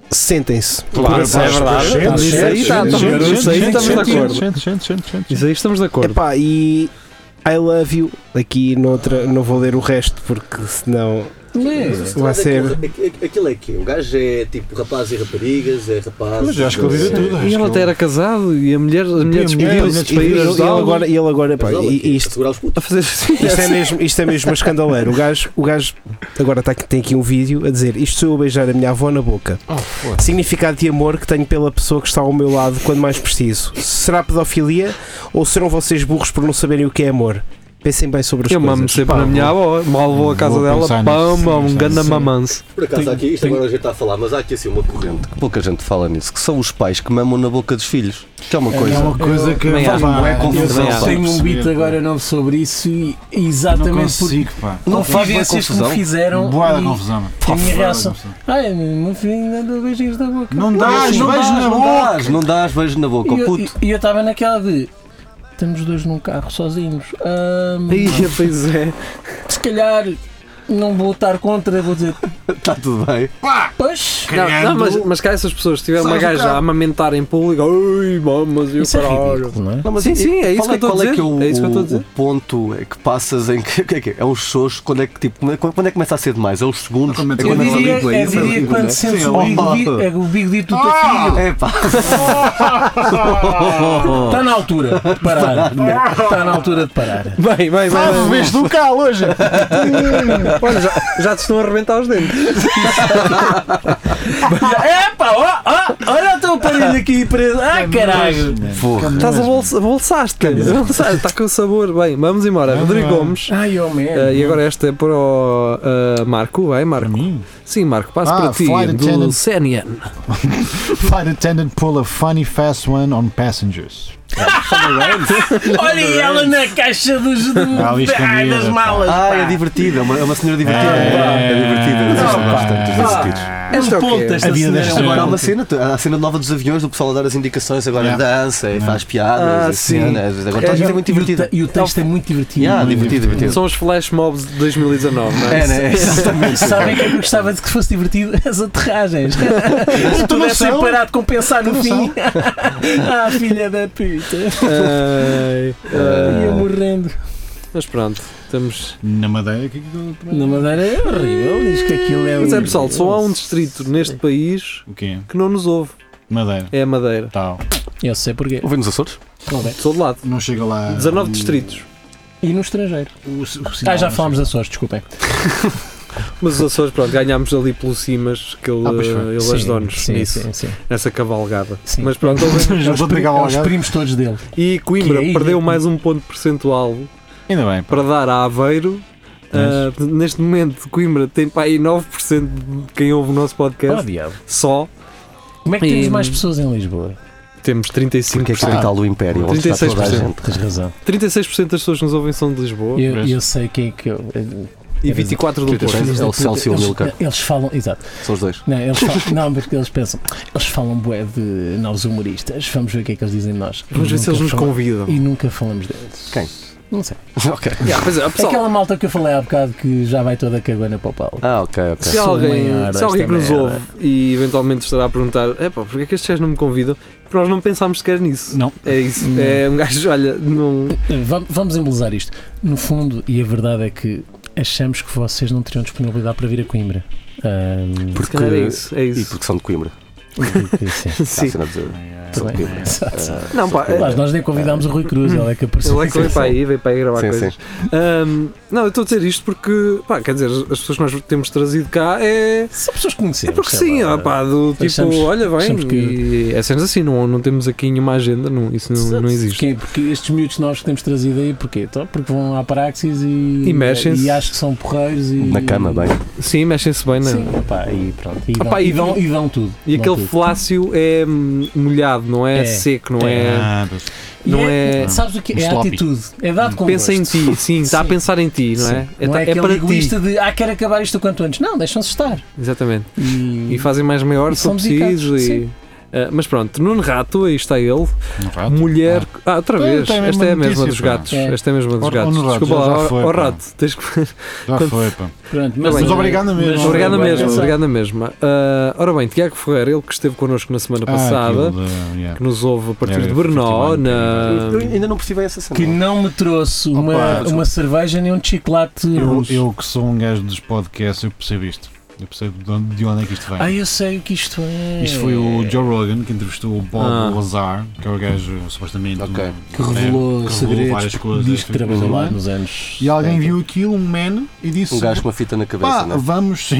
sentem-se.
Claro, isso é verdade. Isso aí estamos de acordo. Isso aí estamos de acordo.
Epá, e I love you. Aqui noutra, não vou ler o resto porque senão vai ser.
Aquilo é que o gajo é tipo rapazes e raparigas, é rapaz.
Mas eu acho que ele vive tudo.
E ele até era casado e a mulher despediu-se para ir ajudá-lo.
E ele agora, pá, isto,
A fazer assim.
isto é mesmo uma escandaleira. O gajo agora tem aqui um vídeo a dizer: isto sou eu a beijar a minha avó na boca. Significado de amor que tenho pela pessoa que está ao meu lado quando mais preciso. Será pedofilia ou serão vocês burros por não saberem o que é amor? Pensem bem sobre as
Eu
coisas.
mamo sempre na minha avó, mal vou à casa dela, pam, ganda mamanço.
Por acaso há aqui, isto agora a gente está a falar, mas há aqui assim uma corrente que pouca gente fala nisso, que são os pais que mamam na boca dos filhos. Que é uma coisa.
É uma coisa que
também
faz
acho.
uma
confusão.
Tenho um beat agora novo sobre isso e exatamente
Não consigo, pá.
por confidências que me fizeram.
Boa da
e
confusão.
a minha reação. Ai, meu filho ainda dou beijinhos na boca.
Não dás beijo na boca.
Não dás beijo na boca,
E
oh puto.
eu estava naquela de. Estamos dois num carro sozinhos.
Pois é.
Se calhar não vou estar contra, vou dizer.
Está tudo bem.
Pois.
Não, mas cá essas pessoas, se tiver uma
Sabes o
gaja
carro?
a amamentar em público, ai, mamas, eu
Isso é
caralho.
ridículo, não é?
Não, mas
Sim, sim, é isso que eu estou a
qual
dizer.
é que é
É isso que eu estou a dizer.
o ponto é que passas em que é uns shows, quando é que tipo, quando é que começa a ser demais? É os segundos?
Eu
É
Eu
quando
diria,
ridículo, é
eu
isso? É
diria
ridículo,
quando
né?
sentes
Sim,
o bigodito do teu filho.
É pá.
Está na altura de parar. Está na altura de parar.
Bem.
Vês do cá hoje.
Olha, já te estão a arrebentar os dentes.
Epá, olha o teu aparelho aqui preso. Ah, caralho.
Estás a bolsaste. Está com sabor. Bem, vamos embora. Rodrigo Gomes.
Ai, oh man.
E agora esta é para o Marco. Vai, Marco. Sim, Marco, passo para ti.
flight
Do
attendant.
CNN.
Flight attendant pull a funny fast one on passengers.
Olha ela na caixa das malas.
Ah,
pá.
é divertido, é uma senhora divertida.
É.
É divertida,
Não,
existem
pá.
bastante divertidos.
É
Isto é
um
o quê?
ponto esta
A vida
senhora.
desta
Agora há uma
Sim.
cena, a cena nova dos aviões, do pessoal a dar as indicações, agora
Yeah.
dança e faz piadas,
sim.
assim, né? Agora está a gente é muito divertida.
E o texto é muito divertido.
Yeah,
Muito
divertido.
São os flash mobs de 2019, não é?
É, né? Exatamente.
Sabem que eu gostava de que fosse divertido? As aterragens. Se
Tu não
pudessem
são?
parar de compensar no
Tu não
fim. Ah, filha da puta. Ia morrendo.
Mas pronto, estamos.
Na Madeira, que
Na Madeira é horrível. Diz que aquilo é.
Mas é pessoal, só há um distrito neste país
O quê?
que não nos ouve.
Madeira.
É a Madeira.
Tal.
Eu sei porquê.
Ouvem nos Açores?
Sou de lado.
Não chega lá.
19 distritos.
E no estrangeiro.
Ah,
Já falámos de Açores, desculpem.
Mas os Açores, pronto, ganhámos ali pelo Simas, que ele,
pois foi.
ele ajudou-nos nisso,
sim.
nessa cavalgada.
Sim.
Mas pronto,
Já vou pegar
É os primos todos dele.
e Coimbra
Que é
perdeu
ilha.
mais um ponto percentual
Ainda bem.
para dar a Aveiro. Neste momento, Coimbra tem para aí 9% de quem ouve o nosso podcast.
Oh, diabo.
Só
Como é que temos
E-
mais pessoas em Lisboa?
temos 35%.
Porque é a capital do Império, onde está toda a
36%.
gente.
Tens razão.
36% das pessoas que nos ouvem são de Lisboa
Eu sei quem é que eu.
e 24% do Porto.
É o Celso e o Milcar.
Eles falam, exato.
São os dois.
Não, eles falam, não, porque eles pensam, eles falam bué de novos humoristas, vamos ver o que é que eles dizem de nós.
Vamos ver se eles nos convidam.
E nunca falamos deles.
Quem?
Não sei.
Ok.
Pois é, pessoal,
Aquela malta que eu falei há bocado que já vai toda cagona para o Paulo.
Ah, ok.
se
Sou
alguém,
maior
se alguém que nos
desta merda.
ouve e eventualmente estará a perguntar porque é que estes gajos não me convidam? Porque nós não pensámos sequer nisso.
Não.
É isso.
Não.
É um gajo, olha, não.
Vamos embelezar isto. No fundo, e a verdade é que achamos que vocês não teriam disponibilidade para vir a Coimbra.
Se calhar é isso. É
E
isso.
porque são de Coimbra.
Sim.
Sim.
Está a dizer. São de
Também.
Coimbra.
Não, pá,
Mas nós nem convidámos o Rui Cruz, ele é que apareceu.
ele é que veio para aí gravar
Sim,
coisas.
sim.
Não, eu estou a dizer isto porque, pá, quer dizer, as pessoas que nós temos trazido cá
São pessoas que conhecemos.
é porque
sei
sim,
lá.
pá, do tipo,
Achamos-
olha, vem,
achamos que-
e é sempre assim, não temos aqui nenhuma agenda, isso não existe.
Porquê? Porque estes miúdos novos que temos trazido aí, porquê? Então, porque vão à Praxis e
mexem-se.
e acho que são porreiros e
Na cama, bem.
Sim, mexem-se bem, não é?
Sim, pá, e pronto. E
Ah,
dão,
pá,
e dão tudo.
E
dão
aquele
tudo.
flácio é molhado, não é,
É.
seco, não é.
Ah, pois.
E
não é-
Sabes o que é?
Um
É a
sloppy.
atitude. É dado com
Pensa em
gosto.
ti, sim, está a
Sim.
pensar em ti, não é?
Sim. Não é
É
aquele
para ti.
egoísta de quero acabar isto o quanto antes. Não, deixam-se estar.
Exatamente.
E,
E fazem mais meia hora
e
se for
são dedicados,
preciso. E...
sim.
Mas pronto, Nuno Rato, aí está ele.
No rato.
Mulher. Outra vez.
Tem a
Esta
mesma
é a mesma
notícia,
dos
pá.
gatos. Esta é a mesma dos
Ó,
gatos.
no Rato,
Desculpa
já
lá,
foi,
ó
pá.
Rato. Tens que.
Já foi, pá.
Pronto,
Mas obrigado na mesma.
Obrigado na
bem
mesma,
pensado.
obrigado na mesma. Ora bem, Tiago Ferreira, ele que esteve connosco na semana passada, que nos ouve a partir de Brno,
Eu ainda não percebi essa cena.
Que não me trouxe uma cerveja nem um chocolate russo.
Eu que sou um gajo dos podcasts, eu percebo isto. Eu percebo de onde é que isto vem.
Eu sei o que isto é.
Isto foi o Joe Rogan que entrevistou o Bob Lazar, que é o gajo supostamente
Que revelou segredos,
várias coisas.
diz que trabalhou lá nos anos.
E alguém viu aquilo, um man, e disse:
Um gajo com uma fita na cabeça,
pá,
não é?
vamos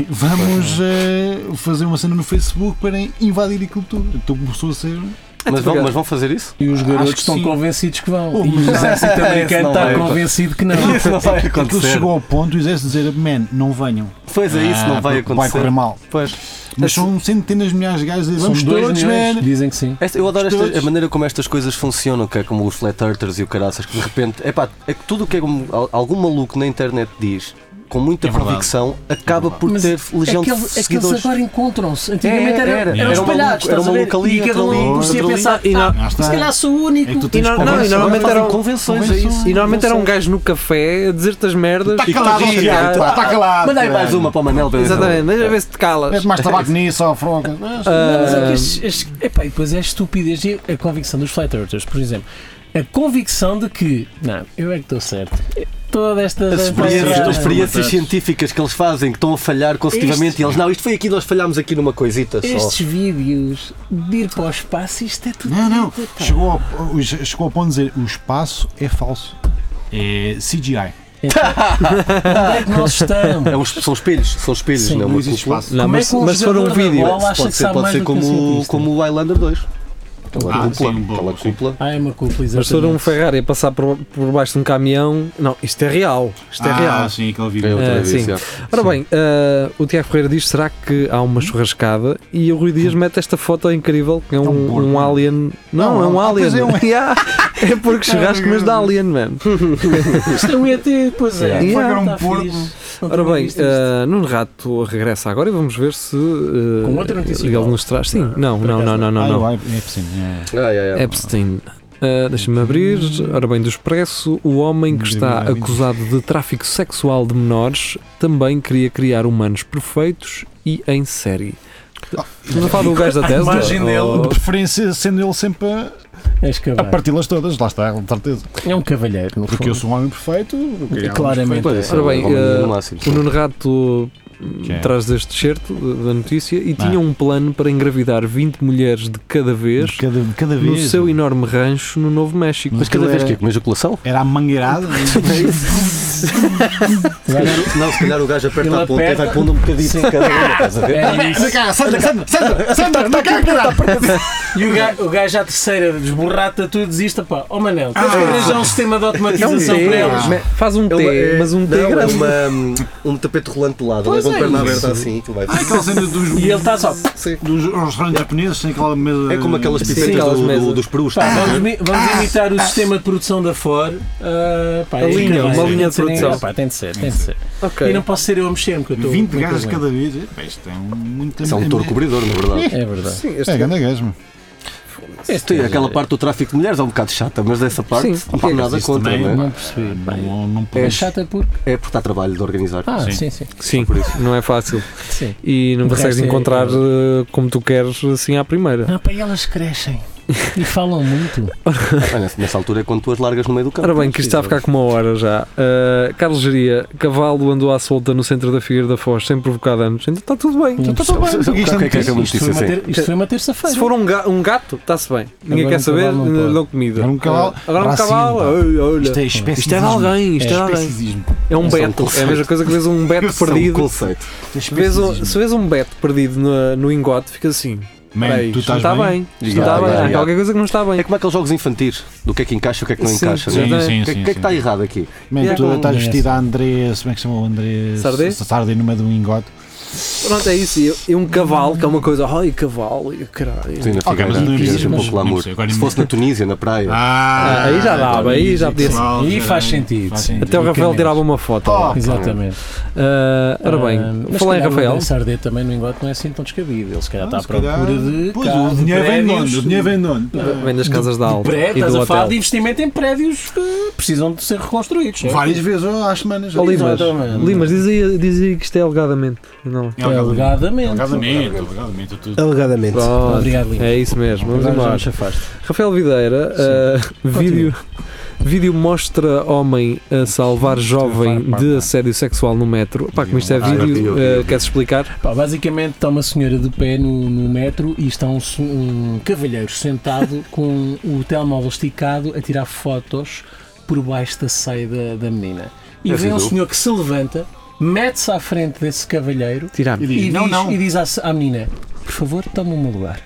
fazer uma cena no Facebook para invadir aquilo tudo. Então começou a ser.
Mas vão fazer isso?
E os
Acho
garotos
que
estão
sim.
convencidos que vão.
Oh,
E o
mas
exército
isso
americano
não
está
vai,
convencido que não.
Isso não vai
Aquilo
acontecer.
chegou ao ponto do exército dizer: man, não venham.
Pois é, isso não vai
porque Vai
acontecer.
correr mal.
Pois.
Mas são centenas de milhares de gajos a dizer:
São
vamos
2
todos,
milhões,
man.
dizem que sim.
Eu adoro
Todos.
a maneira como estas coisas funcionam, que é como os flat earthers e o caraças, que de repente, é que tudo o que algum maluco na internet diz, com muita
É verdade.
convicção, acaba por
Mas
ter legião de
é que eles
seguidores.
agora encontram-se. Antigamente
Era
eram espalhados,
era
estás a
uma
ver?
maluca ali,
E cada
outra
um
ali,
por si a
outra ali.
pensar,
E não-
Ah, está.
se calhar sou o único.
É que tu tens
E não-
convenções.
e normalmente
Agora
eram-
fazem convenções, é isso.
E normalmente era um gajo no café a dizer-te as merdas.
Está
e tu
calado,
rias,
Tiago,
cara.
está calado.
Manda aí mais uma para o Manel. para ver se-
Exatamente, deixa ver se te calas.
Mete mais tabaco nisso, ó, froga.
Não, mas é que epá, e depois é a estupidez e a convicção dos flat earthers, por exemplo. A convicção de que, não, eu é que estou certo. Toda esta.
As experiências científicas que eles fazem, que estão a falhar consecutivamente, e eles, não, isto foi aqui, nós falhámos aqui numa coisita só.
Estes vídeos de ir para o espaço, isto é tudo.
Não.
pá.
Chegou ao ponto de dizer: o espaço é falso. É CGI.
Onde é que nós estamos?
São espelhos,
Sim,
não é
não
uma
existe
cúpula.
espaço.
Não,
Como é
mas,
que um
mas se for um
jogador de
vídeo.
bola acha que sabe
Pode
mais
ser
do que um cientista?
como o Highlander 2. Aquela
sim,
cúpula.
bom,
Aquela
sim.
cúpula.
É uma cúpula,
Mas se for um
exatamente.
Ferrari a passar por baixo de um caminhão. Não, isto é real. Isto é real.
Sim, aquele
É
vídeo.
outra vez,
sim.
já.
Ora bem, o Tiago Ferreira diz: será que há uma churrascada? E o Rui Dias mete esta foto incrível que é
um porco.
um alien. Não, é um alien.
pois é,
Yeah. É porque churrasco, mas de alien, mano.
Isto é um ET, pois é.
Yeah.
Foi ver um
Tá
porco.
fixe. Não
Ora
tinha
bem,
visto isto.
Nuno Rato regressa agora e vamos ver se
Com outra notícia
ele
igual.
nos traz. Sim, não.
Epstein.
Epstein. Deixa-me abrir. Ora bem, do Expresso, o homem que está acusado de tráfico sexual de menores também queria criar humanos perfeitos e em série. Estamos a falar do gajo da
A
Tesla?
imagem dele.
De preferência, sendo ele sempre
É
a
escavar.
parti-las todas, lá está, de certeza.
É um cavalheiro, no
Porque
fundo.
eu sou um homem perfeito, eu queria algo
Claramente.
perfeito.
Pois é,
Ora bem,
no máximo.
O Nuno Rato
é.
traz este certo da notícia e tinha um plano para engravidar 20 mulheres de cada vez
Cada
no
vez.
seu enorme rancho no Novo México.
Mas cada vez que com ejaculação?
Era a mangueirada.
Não, se calhar o gajo aperta
Ele
a ponta e
aperta.
vai pondo um bocadinho de cada uma, estás a ver?
É isso.
Sandra, está cá, caralho.
E o gajo à terceira desborrata tudo desista, pá. Ó Manel, tens que arranjar um sistema de
É um
automatização
T,
para eles.
faz um T, mas um T
Não, é
grande.
um tapete rolante do lado,
Pois
leva a
é,
perna
isso.
aberta assim, tu vai.
Aquela cena dos
E ele está só.
restaurantes japoneses, tem aquela mesa.
É como aquelas
Sim,
pipetas
aquelas mesas.
dos perus.
Pá,
estás a ver?
vamos imitar o sistema de produção da Ford.
A linha, uma linha de produção.
Pá, tem de ser.
Ok.
E não posso ser eu a mexer-me, porque eu estou.
20
muito
gajas
bem.
cada vez. Pá, isto é muito.
Isso é um touro cobridor, na verdade.
É verdade.
Sim,
É grande gajo.
Sim, aquela parte do tráfico de mulheres é um bocado chata, mas dessa parte
Sim,
não há nada
isso
contra,
também,
não é?
Não percebi.
Não
É
podes.
chata porque.
É porque está trabalho de organizar.
Ah,
Sim.
sim.
Sim, não é fácil.
Sim.
E não
De
consegues
resto é-
encontrar como tu queres assim à primeira.
Não, pá, e elas crescem. E falam muito.
Nessa altura é quando tu as largas no meio do campo.
Ora bem, que isto está a ficar com uma hora já. Carlos Geria, cavalo andou à solta no centro da Figueira da Foz sem provocar danos. Então está tudo bem. Então está tudo bem.
O que é que é uma notícia assim?
Isto foi uma terça-feira.
Se for um gato, está-se bem. Ninguém
Agora
quer saber,
cavalo não pode.
dão comida.
Agora um cavalo,
Agora um
racismo,
cavalo.
pá.
Olha.
Isto é especismo.
Isto é de alguém, isto é de alguém.
Especismo.
É um
Isso é um
beto. É a
conceito.
mesma coisa que vês um beto
Isso é um
perdido.
conceito.
Se vês um beto perdido no engote, fica assim.
Man,
Peraí,
tu
isto não
estás
está
bem?
bem. Isto não está bem. Há qualquer coisa que não está bem.
É como aqueles jogos infantis, do que é que encaixa e o que é que não
Sim,
encaixa.
sim,
não é?
sim,
O que é que está errado aqui?
Man,
Yeah.
tu estás
Não é
vestido a André, como é que se chama o André?
Sardé?
Sardé no meio de um engote.
Pronto, é isso. E um cavalo, que é uma coisa. Ai, cavalo, e caralho.
Sim, na
Ok, mas
Figueira,
não
queres
existe,
um pouco
mas
glamour.
não sei, agora
Se fosse na Tunísia, na praia.
Aí já dava, aí já podia ser.
Aí faz sentido, sim.
Até o Rafael tirava uma foto. lá.
Exatamente.
Ora bem,
Mas
falar em
se calhar
Rafael.
o Sardet também no engote não é assim tão descabido. Ele se calhar está à
Se calhar-
procura de
Pois,
casa,
o dinheiro vem de
prédios,
onde? O dinheiro vem de onde?
Vem das casas da Alta e
prédios,
do
estás a falar de
hotel.
investimento em prédios que precisam de ser reconstruídos. certo?
Várias vezes às semanas.
Ó, Limas,
Exatamente.
Limas, diz aí que isto é alegadamente. Não.
Alegadamente.
Alegadamente, tudo.
Alegadamente.
Pronto,
Obrigado, Limas.
é isso mesmo, vamos
Agora já
embora.
nos afaste.
Rafael Videira, vídeo mostra homem a salvar jovem de assédio sexual no metro. Pá, como isto é vídeo, queres explicar?
Pá, basicamente está uma senhora de pé no metro e está um cavalheiro sentado com o telemóvel esticado a tirar fotos por baixo da saia da menina. E vem um senhor que se levanta, mete-se à frente desse cavalheiro
Tirar.
E diz,
e diz à menina: por favor, toma o meu lugar.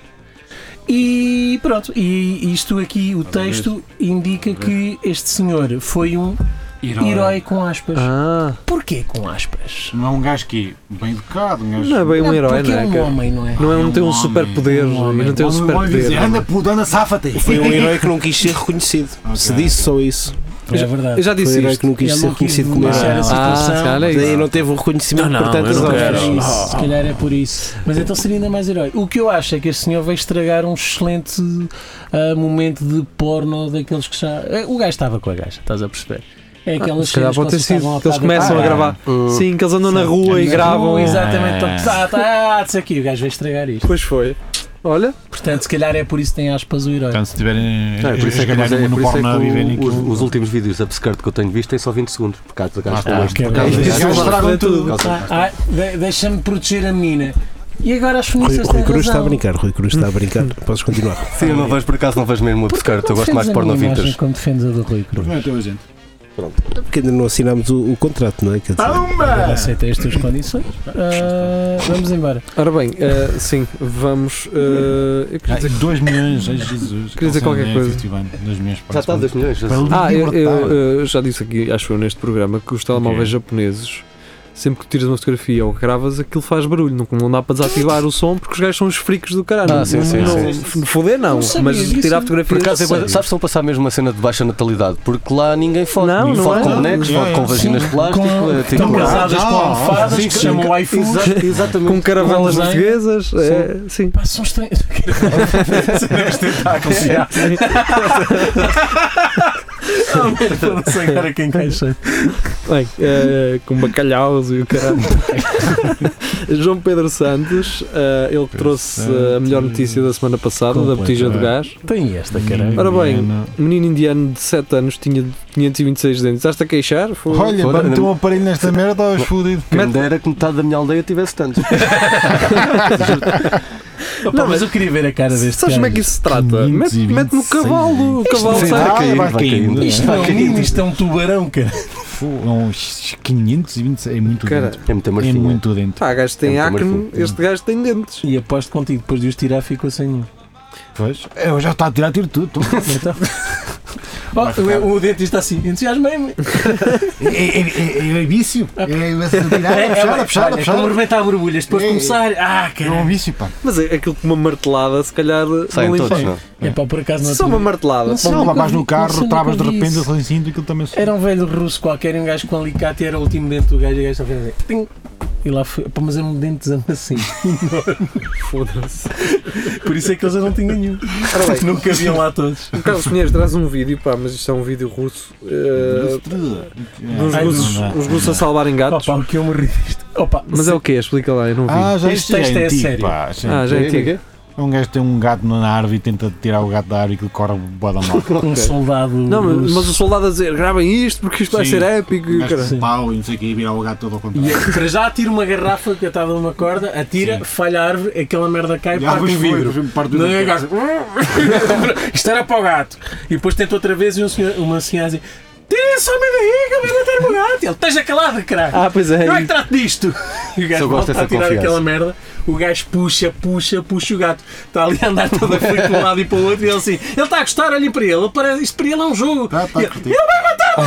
E pronto, e isto aqui, o texto indica que este senhor foi um herói com aspas.
Ah,
Porquê com aspas?
Não é um gajo que é bem educado, um gajo.
não é bem um herói,
porque
não
é
é?
um
cara?
homem, não é?
Não tem um
homem,
superpoder.
um homem.
E não tem um
Vamos
superpoder.
dizer, anda puta, anda, safa-te.
Foi um herói que não quis ser reconhecido. Se disse só isso.
É verdade.
Eu já
Foi um
disse
herói
isto.
que não quis
Ele
ser
não quis
reconhecido como
denunciar
herói.
a
se
situação.
calhar é
Daí
isso.
não teve o reconhecimento
Não,
por tantas
eu não
horas.
quero.
Se calhar é por isso. Mas então seria ainda mais herói. O que eu acho é que este senhor veio estragar um excelente momento de porno daqueles que já. O gajo estava com a gaja, estás a perceber? É aquelas
Se calhar
cenas
pode ter
que vocês
sido
estavam
que eles começam a gravar. Sim, que eles andam na rua e gravam.
Exatamente. Isso aqui, o gajo veio estragar isto.
Pois foi. Olha,
Portanto, se calhar é por isso que tem aspas o herói.
Portanto, se tiverem
Não, é por isso é que,
calhar
mas é
no
por isso é
porno a viverem
que
aquilo.
os últimos vídeos upskirt que eu tenho visto têm só 20 segundos. Por causa de gajos com este.
que
Por causa de
bem.
gajos
Eles
com
estragam tudo.
Deixa-me proteger a menina. E agora as
Rui
feministas têm
Cruz está a
razão.
brincar. Rui Cruz está a brincar. Podes continuar.
Sim, eu não vejo, por acaso não vejo mesmo upskirt. Eu gosto mais de porno vintage.
Como defendes a do Rui Cruz.
Não é teu agente.
Porque ainda não assinámos o contrato, não é? Quer dizer,
Eu aceitei as tuas condições. Vamos embora.
ora bem, sim, vamos. Eu queria dizer
2 milhões, ai Jesus.
Queria dizer qualquer coisa.
2 milhões
Já está a 2 milhões. já sei.
eu já disse aqui, acho eu, neste programa, que os telemóveis japoneses, sempre que tiras uma fotografia ou gravas, aquilo faz barulho. Não dá para desativar o som porque os gajos são os fricos do caralho.
Ah, sim, sim,
não, foder não,
Não sabia
mas
disso.
tirar
Por
fotografias.
acaso, sabes se estão a passar mesmo uma cena de baixa natalidade? Porque lá ninguém fode.
Não, não
Fode
é.
com bonecos, fode com vaginas de plástico.
Estão casadas com almofadas que se chamam waifu.
Exatamente.
Com caravelas
Com desenho.
portuguesas, sim.
Pá, são estranhos. Devemos tentar confiar. Não sei agora quem caixa.
Bem, com bacalhaus e o caralho. João Pedro Santos, ele que trouxe a melhor notícia da semana passada, da botija de gás.
Tem esta, caralho.
Ora bem, menino indiano de 7 anos tinha 526 dentes. Estás-te a queixar? Foi-
Olha,
Fora,
para meter um aparelho nesta merda, estavas fodido.
Quem me dera que metade da minha aldeia tivesse tantos.
Não, mas eu queria ver a cara deste
Sabes como é que isso se trata? Mete no cavalo, o cavalo
Sim,
sai.
vai caindo,
vai
vai
caindo.
caindo.
Isto não é um mimo, isto é um tubarão, cara.
Uns 520, é muito
Cara,
dentro.
É muita
É
marfinha.
muito dentro.
Pá, gajo tem
É muito
acne,
marfim.
este gajo tem dentes.
E aposto contigo, depois de os tirar, ficou sem nenhum.
Pois. Eu já está a tirar tiro tudo.
Então... o dentista assim, entusiasmei-me.
É vício. É
É como arrebentar borbulhas, depois de começar.
É um
Cara.
vício, pá.
Mas é aquilo com uma martelada, se calhar.
Saem
não
todos,
limpa.
não?
É pá, por acaso não
Só uma martelada.
Não sei.
Não,
nunca
vais
vi-
no
não
carro,
sei,
travas de
nunca vi
repente,
isso.
assim sinto aquilo também.
Era um velho russo qualquer, um gajo com alicate e era o último dente do gajo e o gajo estava a fazer tim. E lá foi, pá, mas era um dentezão assim.
Foda-se.
Por isso é que eles já não tinham nenhum. Não cabiam lá todos.
O Carlos Pinheiros traz um vídeo, pá, mas isto é um vídeo russo. Uns russos a salvarem gatos.
Opa, o que eu morri disto. Opa,
Mas é o quê? Explica lá, eu não vi.
Já
Este texto é sério.
Pá,
Já é antigo.
um gajo tem um gato na árvore e tenta tirar o gato da árvore e aquilo corre boa da mal.
um soldado.
Não,
russo.
mas o soldado a dizer, gravem isto porque isto vai
Sim.
ser épico.
Um gajo
Cara.
com pau e não sei o que, virar o gato todo ao
E
contrário.
para já atira uma garrafa que estava numa corda, atira,
Sim.
falha a árvore, aquela merda cai e
E a
parte o
árvore
vidro.
foi, parte do
Não é,
gato.
gajo. Isto era para o gato. E depois tenta outra vez e uma senhora assim: tira esse homem daí que eu vou matar o meu gato. Ele: esteja calado, caralho.
Pois é.
Eu é que trato disto. E o gajo
Eu gosto
volta a
dessa
tirar
confiança.
aquela merda. O gajo puxa o gato. Está ali a andar todo aflito de um lado e para o outro. E ele assim: ele está a gostar, olhem para ele. Isto para ele é um jogo.
Tá,
E ele:
curtido.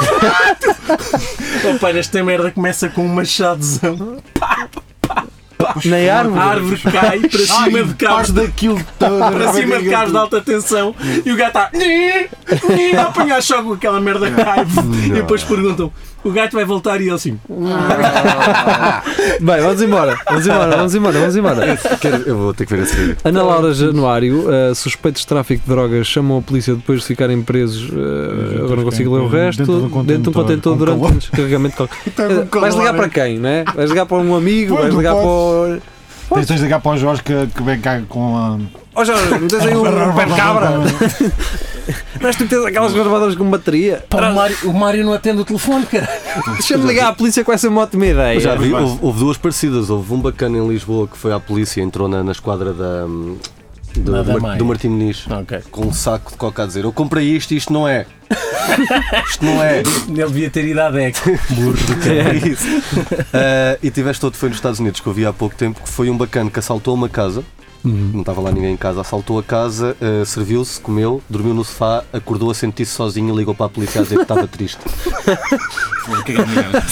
Opa, esta merda começa com um machadozão. Pá, pá, pá.
Nem
A
árvore.
árvore cai para cima de cabos
daquilo todo.
para cima de cabos de alta tensão e o gato está a apanhar choque, aquela merda cai e depois perguntam: o gato vai voltar? E ele assim:
Bem, vamos embora.
Eu vou ter que ver esse vídeo.
Ana Laura Januário, suspeitos de tráfico de drogas chamam a polícia depois de ficarem presos. Agora não consigo ler o resto. Dentro de um contentor durante o descarregamento. Vais ligar para quem, não é? Vais ligar para um amigo?
Pois,
Vais
não
ligar para
podes.
o.
Tens de ligar para o Jorge que vem cá com a.
Ó Jorge, não tens aí um pé de cabra? Não és tu que tens aquelas gravadoras com bateria?
Pá, o Mário não atende o telefone, cara.
Deixa-me ligar à polícia com essa moto, uma ideia.
Eu já vi, houve duas parecidas. Houve um bacana em Lisboa que foi à polícia, entrou na esquadra do Martim Muniz
Ok.
com um saco de coca a dizer: eu comprei isto não é. Isto não é.
Ele devia ter ido à DEC. Burro,
É isso. E tiveste outro, foi nos Estados Unidos, que eu vi há pouco tempo, que foi um bacana que assaltou uma casa. Não estava lá ninguém em casa, assaltou a casa, serviu-se, comeu, dormiu no sofá, acordou a sentir-se sozinho e ligou para a polícia a dizer que estava triste.
Que é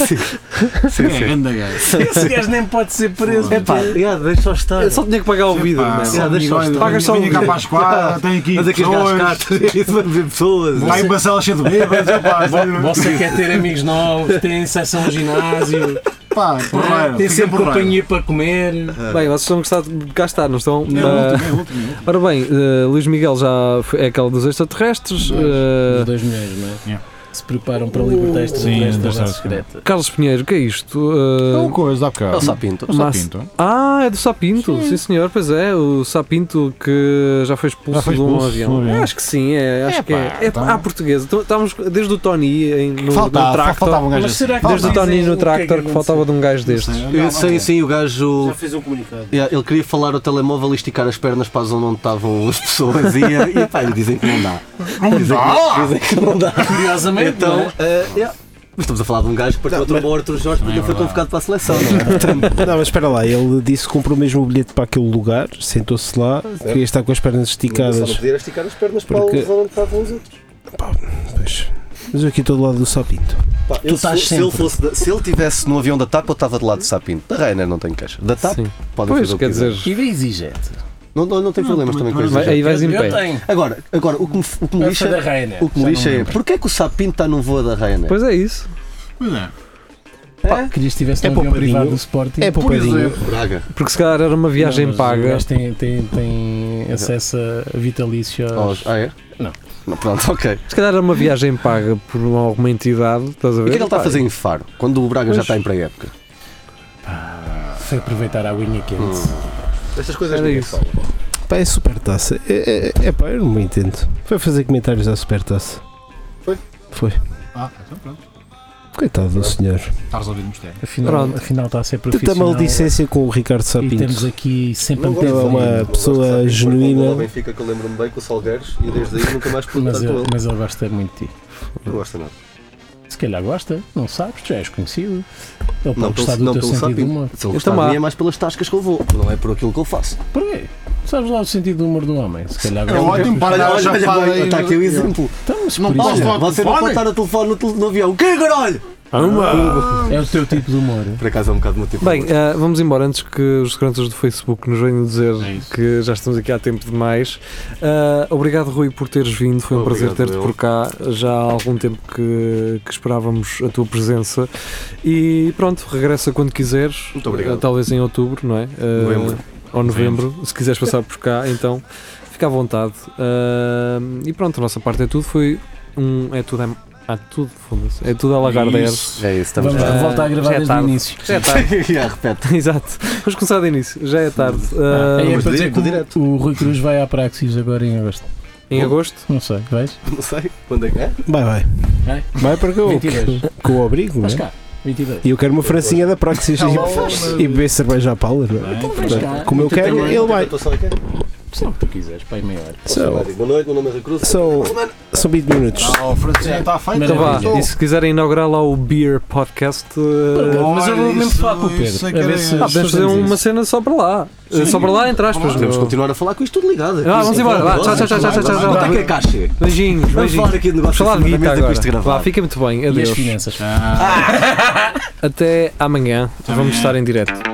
grande gajo.
Esse gajo nem pode ser preso.
Deixa só estar.
Eu só tinha que pagar o vidro,
Pá,
não é?
deixa estar.
Pagas só o
Venha cá
vidro.
para a esquadra, tem aqui
Anda aqui
pessoas.
rascar, vai ver pessoas.
Vai uma cela cheia de bêbados.
Você quer ter amigos novos, tem sessão ao ginásio,
Pá, porreiro,
tem
fica
sempre
porreiro.
companhia para comer.
Bem, vocês estão a gostar de gastar, não estão?
É o último.
Ora bem, Luís Miguel já é aquela dos extraterrestres.
Os 2 milhões, não é?
Yeah.
Se preparam para libertar esta
Sim,
floresta
libertar-
secreta.
Carlos Pinheiro, o que é isto?
É uma coisa, dá
É o
bocado.
Sapinto.
Massa. É do Sapinto, sim senhor, pois é, o Sapinto que já foi expulso,
Já foi
de um
expulso
avião.
de um avião.
Acho que sim, acho que é.
pá, então.
À portuguesa. Estávamos desde o Tony no
Faltava
tractor.
um gajo
Mas será
assim.
que
Desde o
dizem
Tony no
o que é
tractor que
que
faltava de um gajo destes.
Sim, o gajo.
Já fez um comunicado.
Ele queria falar ao telemóvel e esticar as pernas para a zona onde estavam as pessoas e pá, dizem que não dá. Dizem que não dá.
Curiosamente,
Então,
não é?
mas estamos a falar de um gajo que partiu outra boa Arthur Jorge porque
Não é
foi
verdade.
convocado para a seleção, não é? Portanto,
Não, mas espera lá, ele disse que comprou mesmo o bilhete para aquele lugar, sentou-se lá, queria estar com as pernas esticadas.
podia esticar as pernas
para a Porque-
zona onde estavam os outros.
Pois. Mas eu aqui estou do lado do Sapinto.
Pá,
Tu estás
se ele
sempre.
se ele estivesse no avião da TAP, eu estava do lado de Sapinto. Da Ryanair não tenho queixa. Da TAP,
Sim.
podem
Pois,
fazer o
quer
que quiserem.
dizer,
E da EasyJet?
Não tem problemas também com isso.
aí vais em
Eu
pé.
tenho.
Agora, o que me
Essa
lixa,
da Ryanair.
o que me
Já
lixa
não
é
lembro.
porque é que o Sapinto está num voo da Ryanair?
Pois é isso.
Pois é.
Pá, querias que estivesse
É
num avião
poupadinho.
privado do Sporting.
É poupadinho.
Braga.
Porque se calhar era uma viagem
Não, mas
paga.
O gajo tem acesso a vitalício aos...
É?
Não.
Pronto, ok.
Se calhar era uma viagem paga por alguma entidade, estás a
E o
ver?
que é que ele está a fazer em Faro, quando o Braga já está em pré-época?
Foi aproveitar a aguinha quente.
Estas coisas
Era isso.
Pá, é super taça. Pá, eu não me entendo. Foi fazer comentários à super taça.
Foi?
Foi.
Então pronto.
Coitado do senhor.
Está resolvido o mistério.
Pronto.
Afinal está a ser
Tanta
profissional.
maldicência com o Ricardo
E
Sapinto.
temos aqui sempre
Ele é
antena.
uma pessoa genuína.
O Benfica que eu lembro-me bem com o Salgueiros e desde aí nunca mais pude
Mas
estar com ele.
ele gosta muito de ti.
Não gosta nada.
Se calhar gosta, não sabes, tu já és conhecido. Ele
Não
pode gostar
pelo,
do
não
teu
pelo
sentido de
Sapinto.
humor.
Se ele
Eu
gostar de
também.
mim é mais pelas tascas que eu vou, não é por aquilo que eu faço.
Porquê? Sabes lá o sentido do humor do homem? Se calhar
É
gosta.
ótimo, para dar a chapada aí.
Está aqui o exemplo.
Então, mas
Não
por
posso
exemplo,
falar.
Você não pode estar a telefone no avião. O que caralho?
é o teu tipo de humor.
Por acaso é um bocado motivo.
Bem, vamos embora antes que os seguranças do Facebook nos venham dizer
É isso.
que já estamos aqui há tempo demais. Obrigado, Rui, por teres vindo. Foi um prazer
Obrigado,
ter-te
eu.
por cá. Já há algum tempo que esperávamos a tua presença. E pronto, regressa quando quiseres.
Muito obrigado.
Talvez em outubro, não é?
Novembro.
Ou novembro. Se quiseres passar por cá, então fica à vontade. E pronto, a nossa parte é tudo. Foi é tudo. Tudo, foda-se. É tudo a Lagardère.
Isso.
É isso, estamos
Vamos
cá.
voltar a gravar
já é
desde o
tarde.
início.
Já é tarde.
Repete.
Exato. Vamos começar de início. Já é tarde.
É
mas
para dizer
direto,
que
direto.
o Rui Cruz vai à Praxis agora em agosto.
Em agosto.
Não sei, vais?
Não sei. Quando é que é?
Vai.
Vai?
Vai porque eu
22.
com o abrigo, não
Vais
é?
cá, 22.
E eu quero uma francinha da Praxis e beber cerveja à Paula, não é?
Bem,
Portanto, como eu quero, ele vai.
Se tu quiseres, para aí meia hora.
Boa noite, meu nome é Rui Cruz.
São 20 minutos.
o Francinha está feito.
Mas
Então vá,
Maravilha.
e se quiserem inaugurar lá o Beer Podcast,
Mas eu vou mesmo
isso-
falar com o
isso
Pedro.
é
A
que
ver
era-
se
podemos fazer
fazemos
uma
isso.
cena só para lá. Só para lá, entre aspas.
Podemos continuar a falar com isto tudo ligado.
Vamos embora. Vá, tchau, tchau, tchau, tchau, tchau, tchau.
Quanto é que é caixa?
Beijinhos,
Vamos
beijinhos.
falar aqui de negócio
Falar de
em cima da
guita
mesa com isto
agora.
gravado.
Vá, fica muito bem.
E as
Adeus.
finanças.
Até amanhã. Vamos estar em direto.